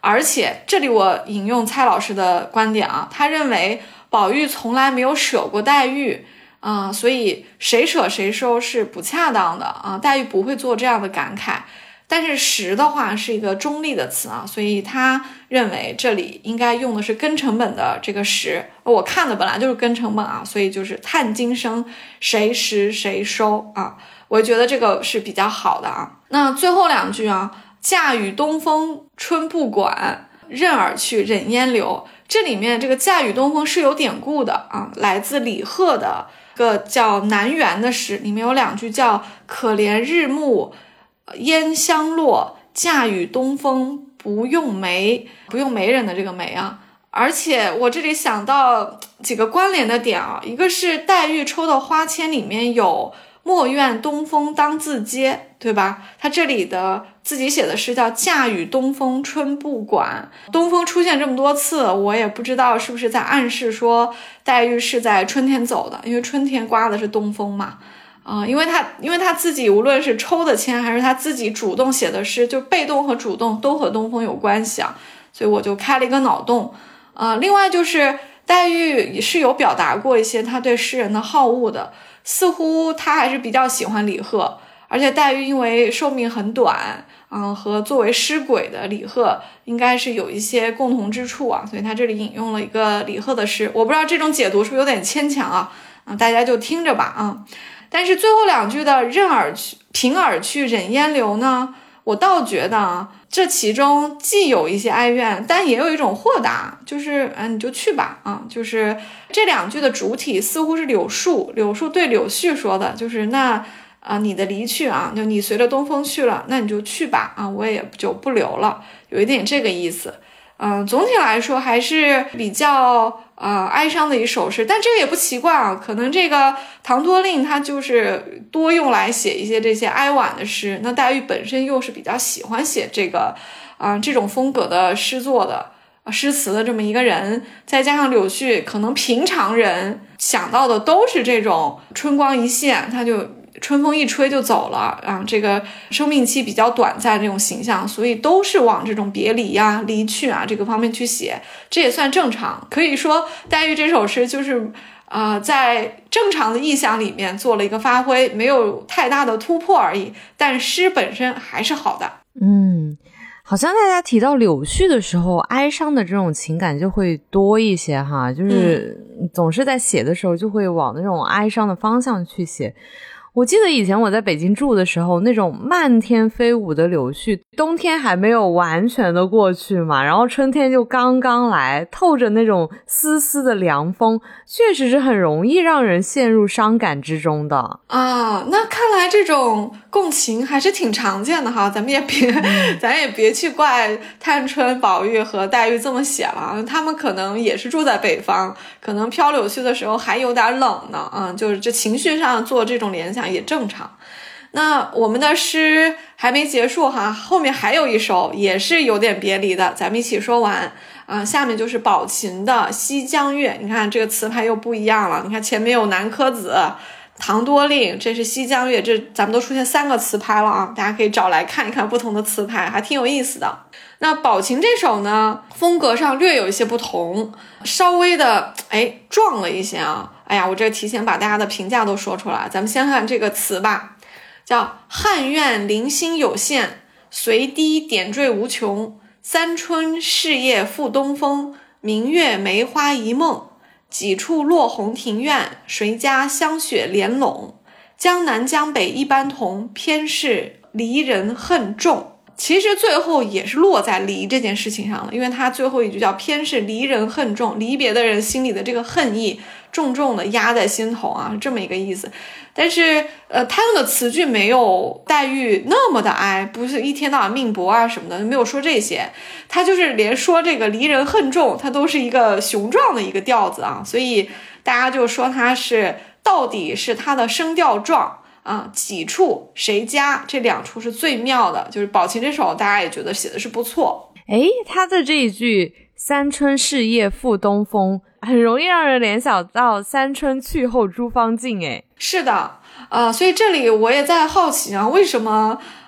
而且这里我引用蔡老师的观点啊，他认为宝玉从来没有舍过黛玉所以谁舍谁收是不恰当的啊，黛玉不会做这样的感慨。但是识的话是一个中立的词啊，所以他认为这里应该用的是根成本的这个识，我看的本来就是根成本啊，所以就是叹今生谁识谁收啊，我觉得这个是比较好的啊。那最后两句啊，驾雨东风春不管，任尔去忍烟流，这里面这个驾雨东风是有典故的啊，来自李贺的个叫南园的诗，里面有两句叫可怜日暮烟香落，驾雨东风不用梅，不用媒人的这个媒啊。而且我这里想到几个关联的点啊，一个是黛玉抽的花签里面有莫怨东风当自嗟，对吧？他这里的自己写的诗叫驾雨东风春不管，东风出现这么多次，我也不知道是不是在暗示说黛玉是在春天走的，因为春天刮的是东风嘛。因为他自己无论是抽的签还是他自己主动写的诗，就被动和主动都和东风有关系啊，所以我就开了一个脑洞。另外就是黛玉是有表达过一些他对诗人的好恶的，似乎他还是比较喜欢李贺，而且黛玉因为寿命很短和作为诗鬼的李贺应该是有一些共同之处啊，所以他这里引用了一个李贺的诗，我不知道这种解读是不是有点牵强啊，大家就听着吧啊。但是最后两句的凭尔去忍烟流呢，我倒觉得这其中既有一些哀怨，但也有一种豁达，就是你就去吧就是这两句的主体似乎是柳树对柳絮说的，就是那你的离去就你随着东风去了，那你就去吧我也就不留了，有一点这个意思。总体来说还是比较哀伤的一首诗，但这个也不奇怪啊，可能这个唐多令他就是多用来写一些这些哀婉的诗，那黛玉本身又是比较喜欢写这个这种风格的诗作的诗词的这么一个人，再加上柳絮可能平常人想到的都是这种春光一现他就春风一吹就走了这个生命期比较短暂这种形象，所以都是往这种别离离去这个方面去写，这也算正常。可以说黛玉这首诗就是在正常的意象里面做了一个发挥，没有太大的突破而已，但诗本身还是好的。 好像大家提到柳絮的时候，哀伤的这种情感就会多一些哈，就是总是在写的时候就会往那种哀伤的方向去写。我记得以前我在北京住的时候，那种漫天飞舞的柳絮，冬天还没有完全的过去嘛，然后春天就刚刚来，透着那种丝丝的凉风，确实是很容易让人陷入伤感之中的那看来这种共情还是挺常见的哈，咱也别去怪探春、宝玉和黛玉这么写了，他们可能也是住在北方，可能飘柳絮的时候还有点冷呢就是这情绪上做这种联想也正常。那我们的诗还没结束哈，后面还有一首也是有点别离的，咱们一起说完下面就是宝琴的《西江月》，你看这个词牌又不一样了，你看前面有南柯子、唐多令，这是《西江月》，这咱们都出现3个词牌了大家可以找来看一看不同的词牌，还挺有意思的。那宝琴这首呢，风格上略有一些不同，稍微的壮了一些我这提前把大家的评价都说出来，咱们先看这个词吧，叫汉苑零星有限，随堤点缀无穷，三春事业复东风，明月梅花一梦，几处落红庭院，谁家香雪帘笼，江南江北一般同，偏是离人恨重。其实最后也是落在离这件事情上了，因为他最后一句叫偏是离人恨重，离别的人心里的这个恨意重重的压在心头这么一个意思。但是他用的词句没有黛玉那么的哀，不是一天到晚命薄什么的，没有说这些，他就是连说这个离人恨重他都是一个雄壮的一个调子所以大家就说他是到底是他的声调壮几处谁家这2处是最妙的，就是宝琴这首大家也觉得写的是不错。 他的这一句三春事业复东风很容易让人联想到三春去后诸芳尽是的所以这里我也在好奇为什么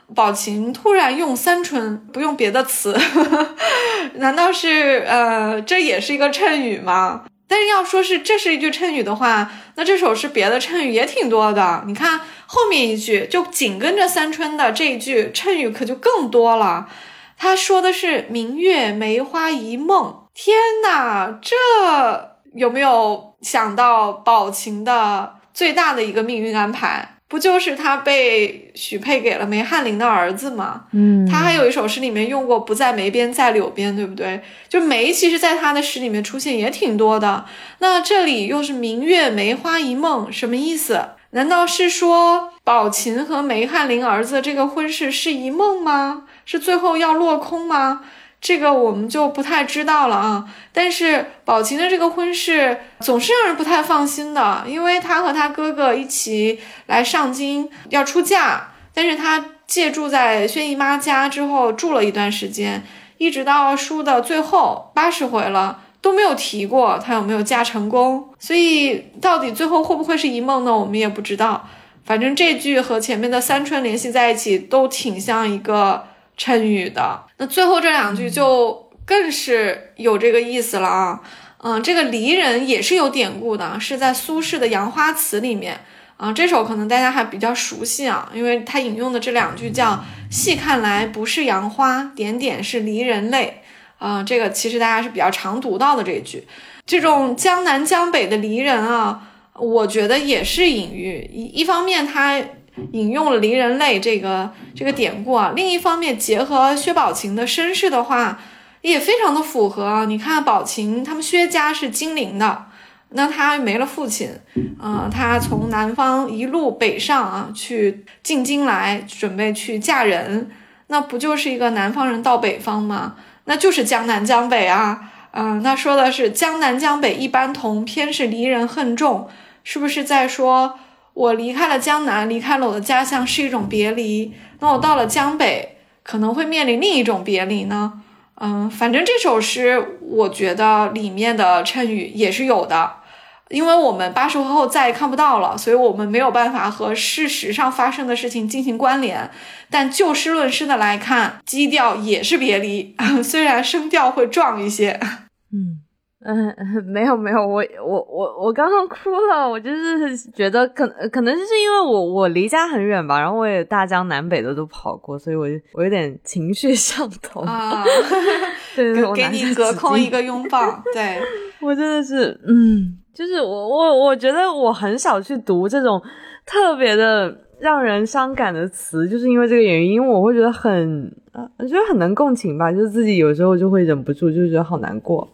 宝琴突然用三春，不用别的词难道是这也是一个谶语吗？但是要说是这是一句谶语的话，那这首诗别的谶语也挺多的。你看后面一句就紧跟着三春的这一句谶语可就更多了。他说的是明月梅花一梦。天哪，这有没有想到宝琴的最大的一个命运安排？不就是他被许配给了梅翰林的儿子吗？他还有一首诗里面用过不在梅边在柳边，对不对？就梅其实在他的诗里面出现也挺多的。那这里又是明月梅花一梦，什么意思？难道是说宝琴和梅翰林儿子这个婚事是一梦吗？是最后要落空吗？这个我们就不太知道了啊。但是宝琴的这个婚事总是让人不太放心的，因为他和他哥哥一起来上京要出嫁，但是他借住在薛姨妈家之后住了一段时间，一直到书的最后80回了都没有提过他有没有嫁成功，所以到底最后会不会是一梦呢？我们也不知道。反正这句和前面的三春联系在一起都挺像一个谶语的。那最后这两句就更是有这个意思了啊。这个离人也是有典故的，是在苏轼的《杨花词》里面这首可能大家还比较熟悉啊，因为他引用的这两句叫细看来不是杨花，点点是离人泪。这个其实大家是比较常读到的这一句。这种江南江北的离人啊，我觉得也是隐喻。一方面他引用了离人泪这个典故啊，另一方面结合薛宝琴的身世的话也非常的符合。你看宝琴他们薛家是金陵的，那他没了父亲他从南方一路北上去进京来准备去嫁人，那不就是一个南方人到北方吗？那就是江南江北那说的是江南江北一般同，偏是离人恨重，是不是在说我离开了江南，离开了我的家乡是一种别离，那我到了江北可能会面临另一种别离呢？反正这首诗我觉得里面的谶语也是有的，因为我们80回后再也看不到了，所以我们没有办法和事实上发生的事情进行关联。但就事论事的来看，基调也是别离，虽然声调会壮一些。 没有，我刚刚哭了，我就是觉得可能就是因为我离家很远吧，然后我也大江南北的都跑过，所以我有点情绪上头对， 给你隔空一个拥抱。对， 我真的是就是我觉得我很少去读这种特别的让人伤感的词，就是因为这个原因，因为我会觉得我觉得很能共情吧，就是自己有时候就会忍不住就觉得好难过。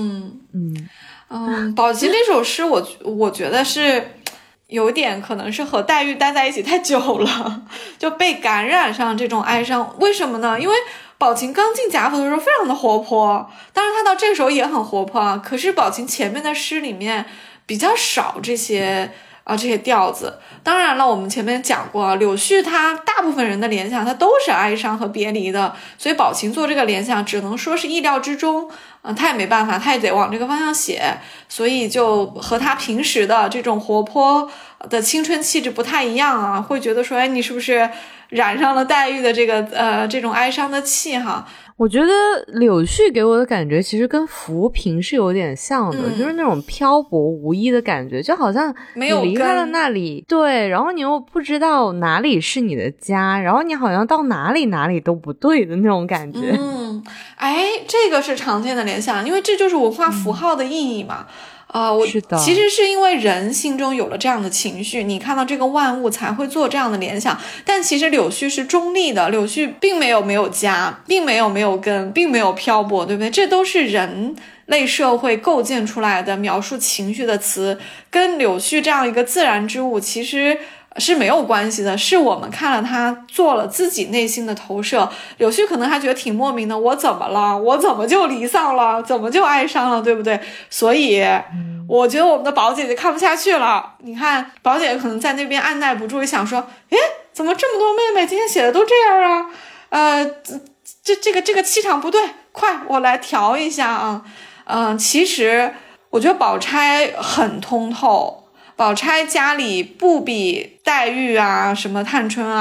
宝琴那首诗我觉得是有点可能是和黛玉待在一起太久了，就被感染上这种哀伤。为什么呢？因为宝琴刚进贾府的时候非常的活泼，当然她到这个时候也很活泼可是宝琴前面的诗里面比较少这些调子。当然了，我们前面讲过柳絮他大部分人的联想他都是哀伤和别离的，所以宝琴做这个联想只能说是意料之中他也没办法，他也得往这个方向写，所以就和他平时的这种活泼的青春气质不太一样会觉得说你是不是染上了黛玉的这种哀伤的气哈。 我觉得柳絮给我的感觉其实跟浮萍是有点像的就是那种漂泊无依的感觉，就好像你离开了那里，对，然后你又不知道哪里是你的家，然后你好像到哪里都不对的那种感觉。 这个是常见的联想，因为这就是文化符号的意义嘛。 是的， 其实是因为人心中有了这样的情绪，你看到这个万物才会做这样的联想。但其实柳絮是中立的，柳絮并没有家，并没有根，并没有漂泊，对不对？这都是人类社会构建出来的描述情绪的词，跟柳絮这样一个自然之物其实是没有关系的，是我们看了他做了自己内心的投射。柳絮可能还觉得挺莫名的，我怎么了？我怎么就离丧了？怎么就哀伤了？对不对？所以我觉得我们的宝姐姐看不下去了。你看宝姐姐可能在那边按耐不住，想说怎么这么多妹妹今天写的都这样这个气场不对，快我来调一下其实我觉得宝钗很通透，宝钗家里不比黛玉什么探春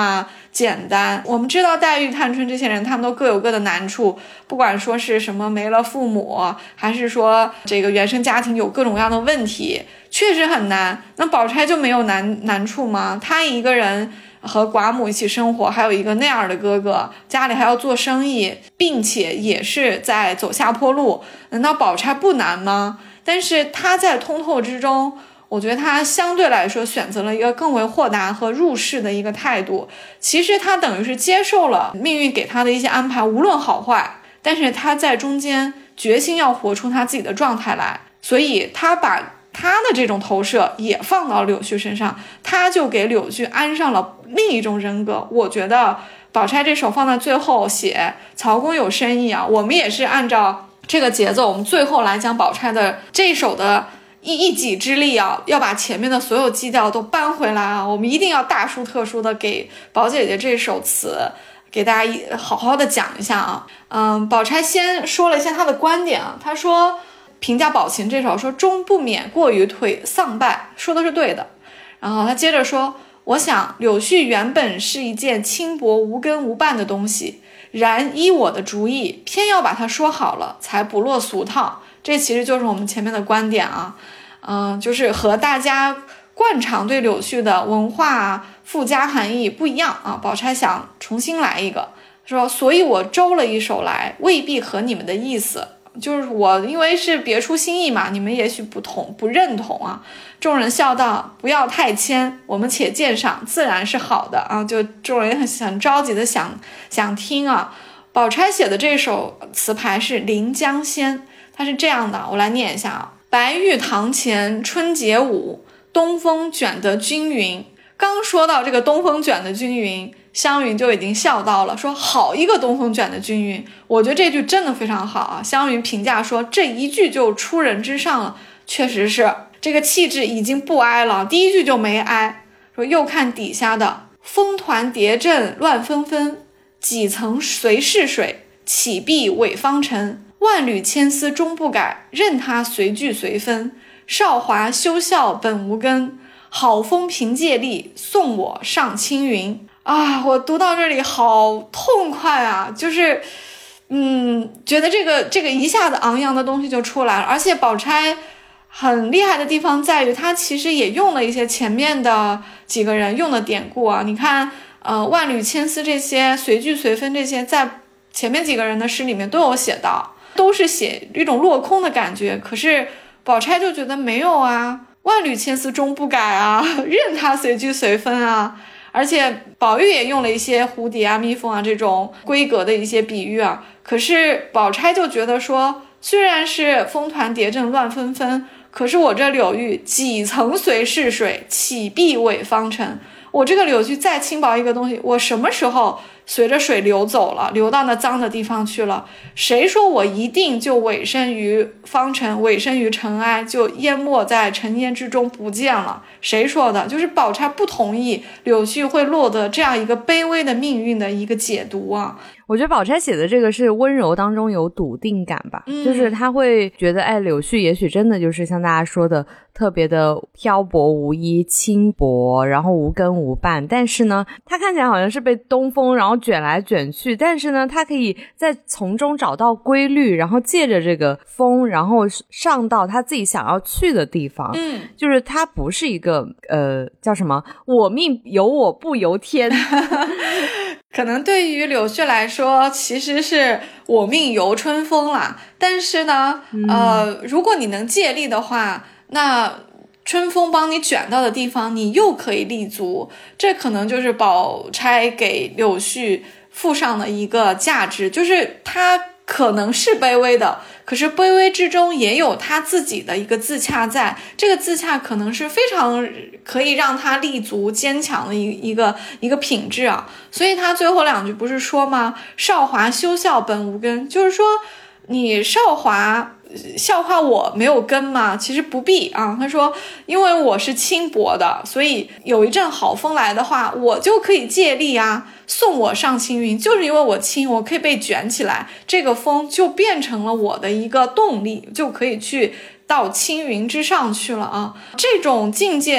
简单。我们知道黛玉、探春这些人他们都各有各的难处，不管说是什么没了父母，还是说这个原生家庭有各种各样的问题，确实很难。那宝钗就没有难处吗？她一个人和寡母一起生活，还有一个那样的哥哥，家里还要做生意，并且也是在走下坡路，难道宝钗不难吗？但是她在通透之中，我觉得她相对来说选择了一个更为豁达和入世的一个态度。其实她等于是接受了命运给她的一些安排，无论好坏，但是她在中间决心要活出她自己的状态来，所以她把他的这种投射也放到柳絮身上，他就给柳絮安上了另一种人格。我觉得宝钗这首放在最后写曹公有深意啊，我们也是按照这个节奏，我们最后来讲宝钗的这首的一己之力啊，要把前面的所有基调都搬回来啊，我们一定要大书特书的给宝姐姐这首词给大家好好的讲一下啊。宝钗先说了一下她的观点啊，她说评价宝琴这首说终不免过于丧败，说的是对的。然后他接着说，我想柳絮原本是一件轻薄无根无伴的东西，然依我的主意偏要把它说好了，才不落俗套。这其实就是我们前面的观点啊，就是和大家惯常对柳絮的文化附加含义不一样啊。宝钗想重新来一个，说所以我周了一首来，未必合你们的意思，就是我因为是别出心意嘛，你们也许不认同啊。众人笑道，不要太谦，我们且鉴赏，自然是好的啊。就众人很着急的想听啊。宝钗写的这首词牌是《临江仙》，它是这样的，我来念一下啊。白玉堂前春节舞，东风卷得均匀。刚说到这个东风卷的均匀，湘云就已经笑到了，说好一个东风卷的均匀。我觉得这句真的非常好啊。湘云评价说这一句就出人之上了，确实是这个气质已经不哀了，第一句就没哀。说又看底下的风团蝶阵乱纷纷，几层随逝水，起碧尾方沉，万缕千丝终不改，任它随聚随分，少华休笑本无根，好风凭借力，送我上青云。啊，我读到这里好痛快啊，就是觉得这个一下子昂扬的东西就出来了。而且宝钗很厉害的地方在于，她其实也用了一些前面的几个人用的典故啊。你看万缕千丝这些，随聚随分这些，在前面几个人的诗里面都有写到，都是写一种落空的感觉。可是宝钗就觉得没有啊，万缕千丝终不改啊，任它随聚随分啊。而且宝玉也用了一些蝴蝶啊、蜜蜂啊这种规格的一些比喻啊。可是宝钗就觉得说，虽然是风团蝶阵乱纷纷，可是我这柳玉几层随逝水，起碧尾方沉。我这个柳絮再轻薄一个东西，我什么时候随着水流走了，流到那脏的地方去了？谁说我一定就委身于方尘，委身于尘埃，就淹没在尘烟之中不见了？谁说的？就是宝钗不同意柳絮会落得这样一个卑微的命运的一个解读啊。 我觉得宝钗写的这个是温柔当中有笃定感吧，就是他会觉得柳絮也许真的就是像大家说的特别的漂泊无依、轻薄，然后无根无伴，但是呢他看起来好像是被东风然后卷来卷去，但是呢他可以在从中找到规律，然后借着这个风然后上到他自己想要去的地方。就是他不是一个叫什么我命由我不由天可能对于柳絮来说其实是我命由春风啦，但是呢如果你能借力的话，那春风帮你卷到的地方你又可以立足，这可能就是宝钗给柳絮附上的一个价值，就是它可能是卑微的，可是卑微之中也有他自己的一个自洽在，这个自洽可能是非常可以让他立足坚强的一个品质啊。所以他最后两句不是说吗，少华休笑本无根，就是说你少华笑话我没有根吗？其实不必啊。他说因为我是轻薄的，所以有一阵好风来的话，我就可以借力啊，送我上青云，就是因为我轻，我可以被卷起来，这个风就变成了我的一个动力，就可以去到青云之上去了啊。这种境界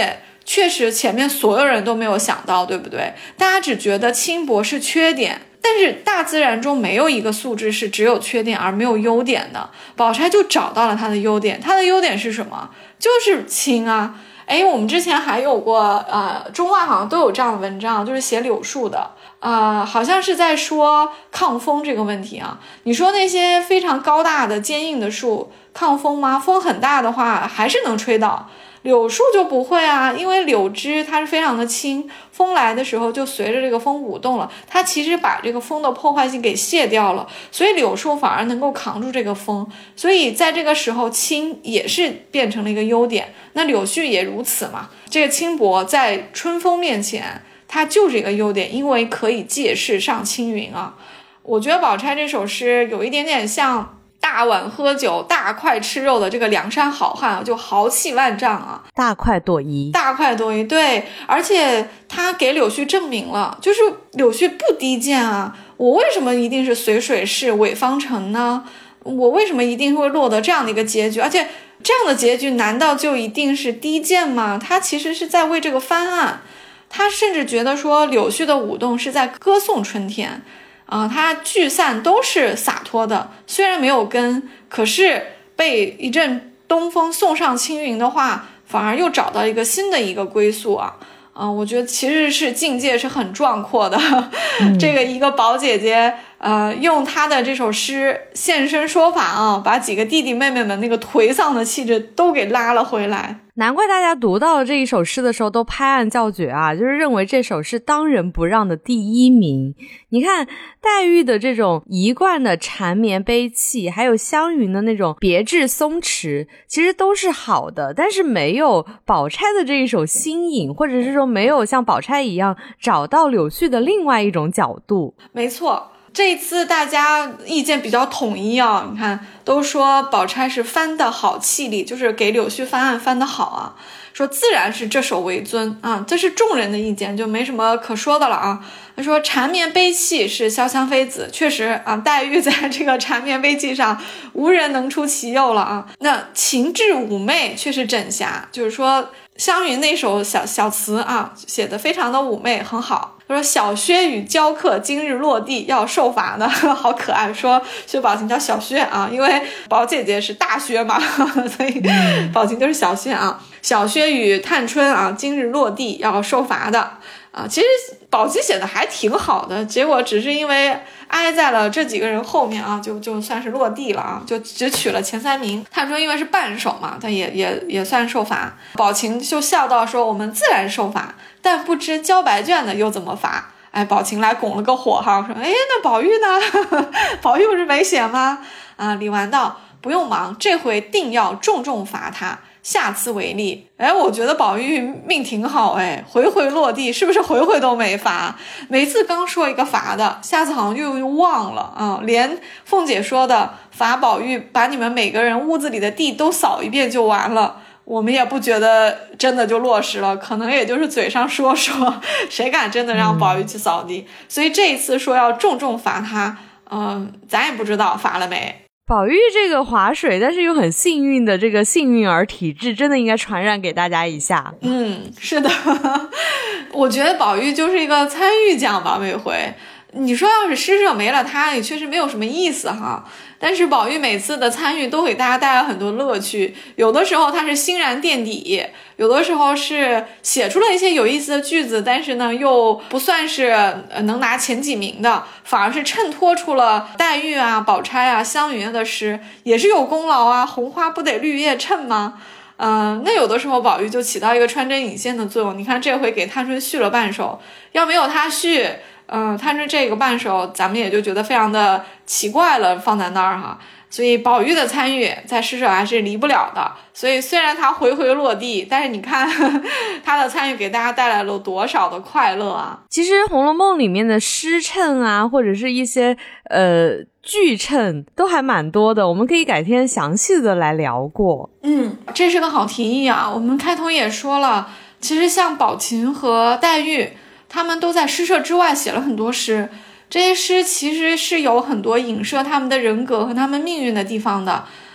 确实前面所有人都没有想到，对不对？大家只觉得轻薄是缺点，但是大自然中没有一个素质是只有缺点而没有优点的。宝钗就找到了它的优点，它的优点是什么？就是轻啊。我们之前还有过中外好像都有这样的文章，就是写柳树的，好像是在说抗风这个问题啊。你说那些非常高大的坚硬的树抗风吗？风很大的话还是能吹倒，柳树就不会啊，因为柳枝它是非常的轻，风来的时候就随着这个风舞动了，它其实把这个风的破坏性给卸掉了，所以柳树反而能够扛住这个风，所以在这个时候轻也是变成了一个优点。那柳絮也如此嘛，这个轻薄在春风面前它就是一个优点，因为可以借势上青云啊。我觉得宝钗这首诗有一点点像大碗喝酒大块吃肉的这个梁山好汉，就豪气万丈啊， 大快朵颐， 大快朵颐，对，而且他给柳絮证明了，就是柳絮不低贱啊，我为什么一定是随水逝伪方成呢？我为什么一定会落得这样的一个结局？而且这样的结局难道就一定是低贱吗？他其实是在为这个翻案，他甚至觉得说柳絮的舞动是在歌颂春天它聚散都是洒脱的，虽然没有根，可是被一阵东风送上青云的话，反而又找到一个新的一个归宿啊。我觉得其实是境界是很壮阔的。这个一个宝姐姐用她的这首诗现身说法啊，把几个弟弟妹妹们那个颓丧的气质都给拉了回来。 难怪大家读到了这一首诗的时候都拍案叫绝啊，就是认为这首是当仁不让的第一名。你看黛玉的这种一贯的缠绵悲泣，还有湘云的那种别致松弛，其实都是好的，但是没有宝钗的这一首新颖，或者是说没有像宝钗一样找到柳絮的另外一种角度。 没错，这一次大家意见比较统一啊，你看都说宝钗是翻得好气力，就是给柳絮翻案翻得好啊，说自然是这首为尊啊，这是众人的意见，就没什么可说的了啊。他说缠绵悲泣是潇湘妃子，确实啊，黛玉在这个缠绵悲泣上无人能出其右了啊。那情致妩媚却是枕霞，就是说湘云那首小词啊，写得非常的妩媚，很好。他说小薛与娇客今日落地要受罚呢，好可爱。说薛宝琴叫小薛啊，因为宝姐姐是大薛嘛，所以宝琴就是小薛啊。小薛与探春啊，今日落地要受罚的其实宝鸡写的还挺好的，结果只是因为挨在了这几个人后面啊，就算是落地了啊，就只取了前3名。探春因为是半首嘛，但也算受罚。宝琴就笑道说我们自然受罚，但不知交白卷的又怎么罚。宝琴来拱了个火哈，说那宝玉呢？宝玉不是没写吗？李纨道不用忙，这回定要重重罚他，下次为例。我觉得宝玉命挺好回回落地，是不是回回都没罚？每次刚说一个罚的，下次好像又忘了连凤姐说的罚宝玉把你们每个人屋子里的地都扫一遍就完了，我们也不觉得真的就落实了，可能也就是嘴上说说，谁敢真的让宝玉去扫地？所以这一次说要重重罚他，咱也不知道罚了没。 宝玉这个划水但是又很幸运的这个幸运儿体质，真的应该传染给大家一下。 是的，我觉得宝玉就是一个参与奖吧，每回。你说要是诗社没了他，也确实没有什么意思哈。但是宝玉每次的参与都给大家带来很多乐趣，有的时候他是欣然垫底，有的时候是写出了一些有意思的句子，但是呢又不算是能拿前几名的，反而是衬托出了黛玉啊、宝钗啊、湘云的诗也是有功劳啊，红花不得绿叶衬吗？那有的时候宝玉就起到一个穿针引线的作用。你看这回给探春续了半首，要没有他续探春这个半首咱们也就觉得非常的奇怪了，放在那儿哈。所以宝玉的参与在诗社还是离不了的，所以虽然他回回落地，但是你看他的参与给大家带来了多少的快乐啊。 其实《红楼梦》里面的诗衬啊，或者是一些剧衬都还蛮多的，我们可以改天详细的来聊过。 这是个好提议啊。我们开头也说了，其实像宝琴和黛玉他们都在诗社之外写了很多诗，这些诗其实是有很多影射他们的人格和他们命运的地方的。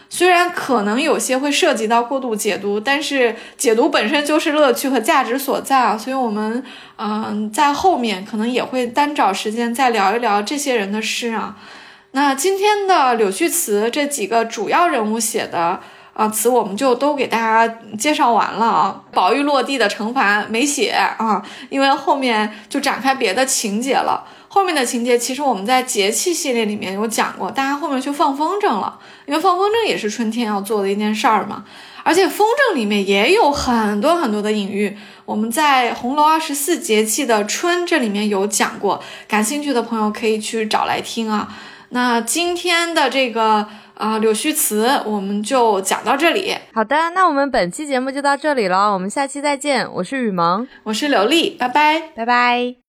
虽然可能有些会涉及到过度解读，但是解读本身就是乐趣和价值所在啊，所以我们在后面可能也会单找时间再聊一聊这些人的诗啊。那今天的柳絮词这几个主要人物写的词我们就都给大家介绍完了啊。宝玉落地的惩罚没写啊，因为后面就展开别的情节了。后面的情节其实我们在节气系列里面有讲过，大家后面去放风筝了，因为放风筝也是春天要做的一件事儿嘛。而且风筝里面也有很多很多的隐喻，我们在红楼24节气的春这里面有讲过，感兴趣的朋友可以去找来听啊。那今天的这个柳絮词我们就讲到这里。 好的，那我们本期节目就到这里了，我们下期再见。我是雨萌， 我是刘丽，拜拜， 拜拜。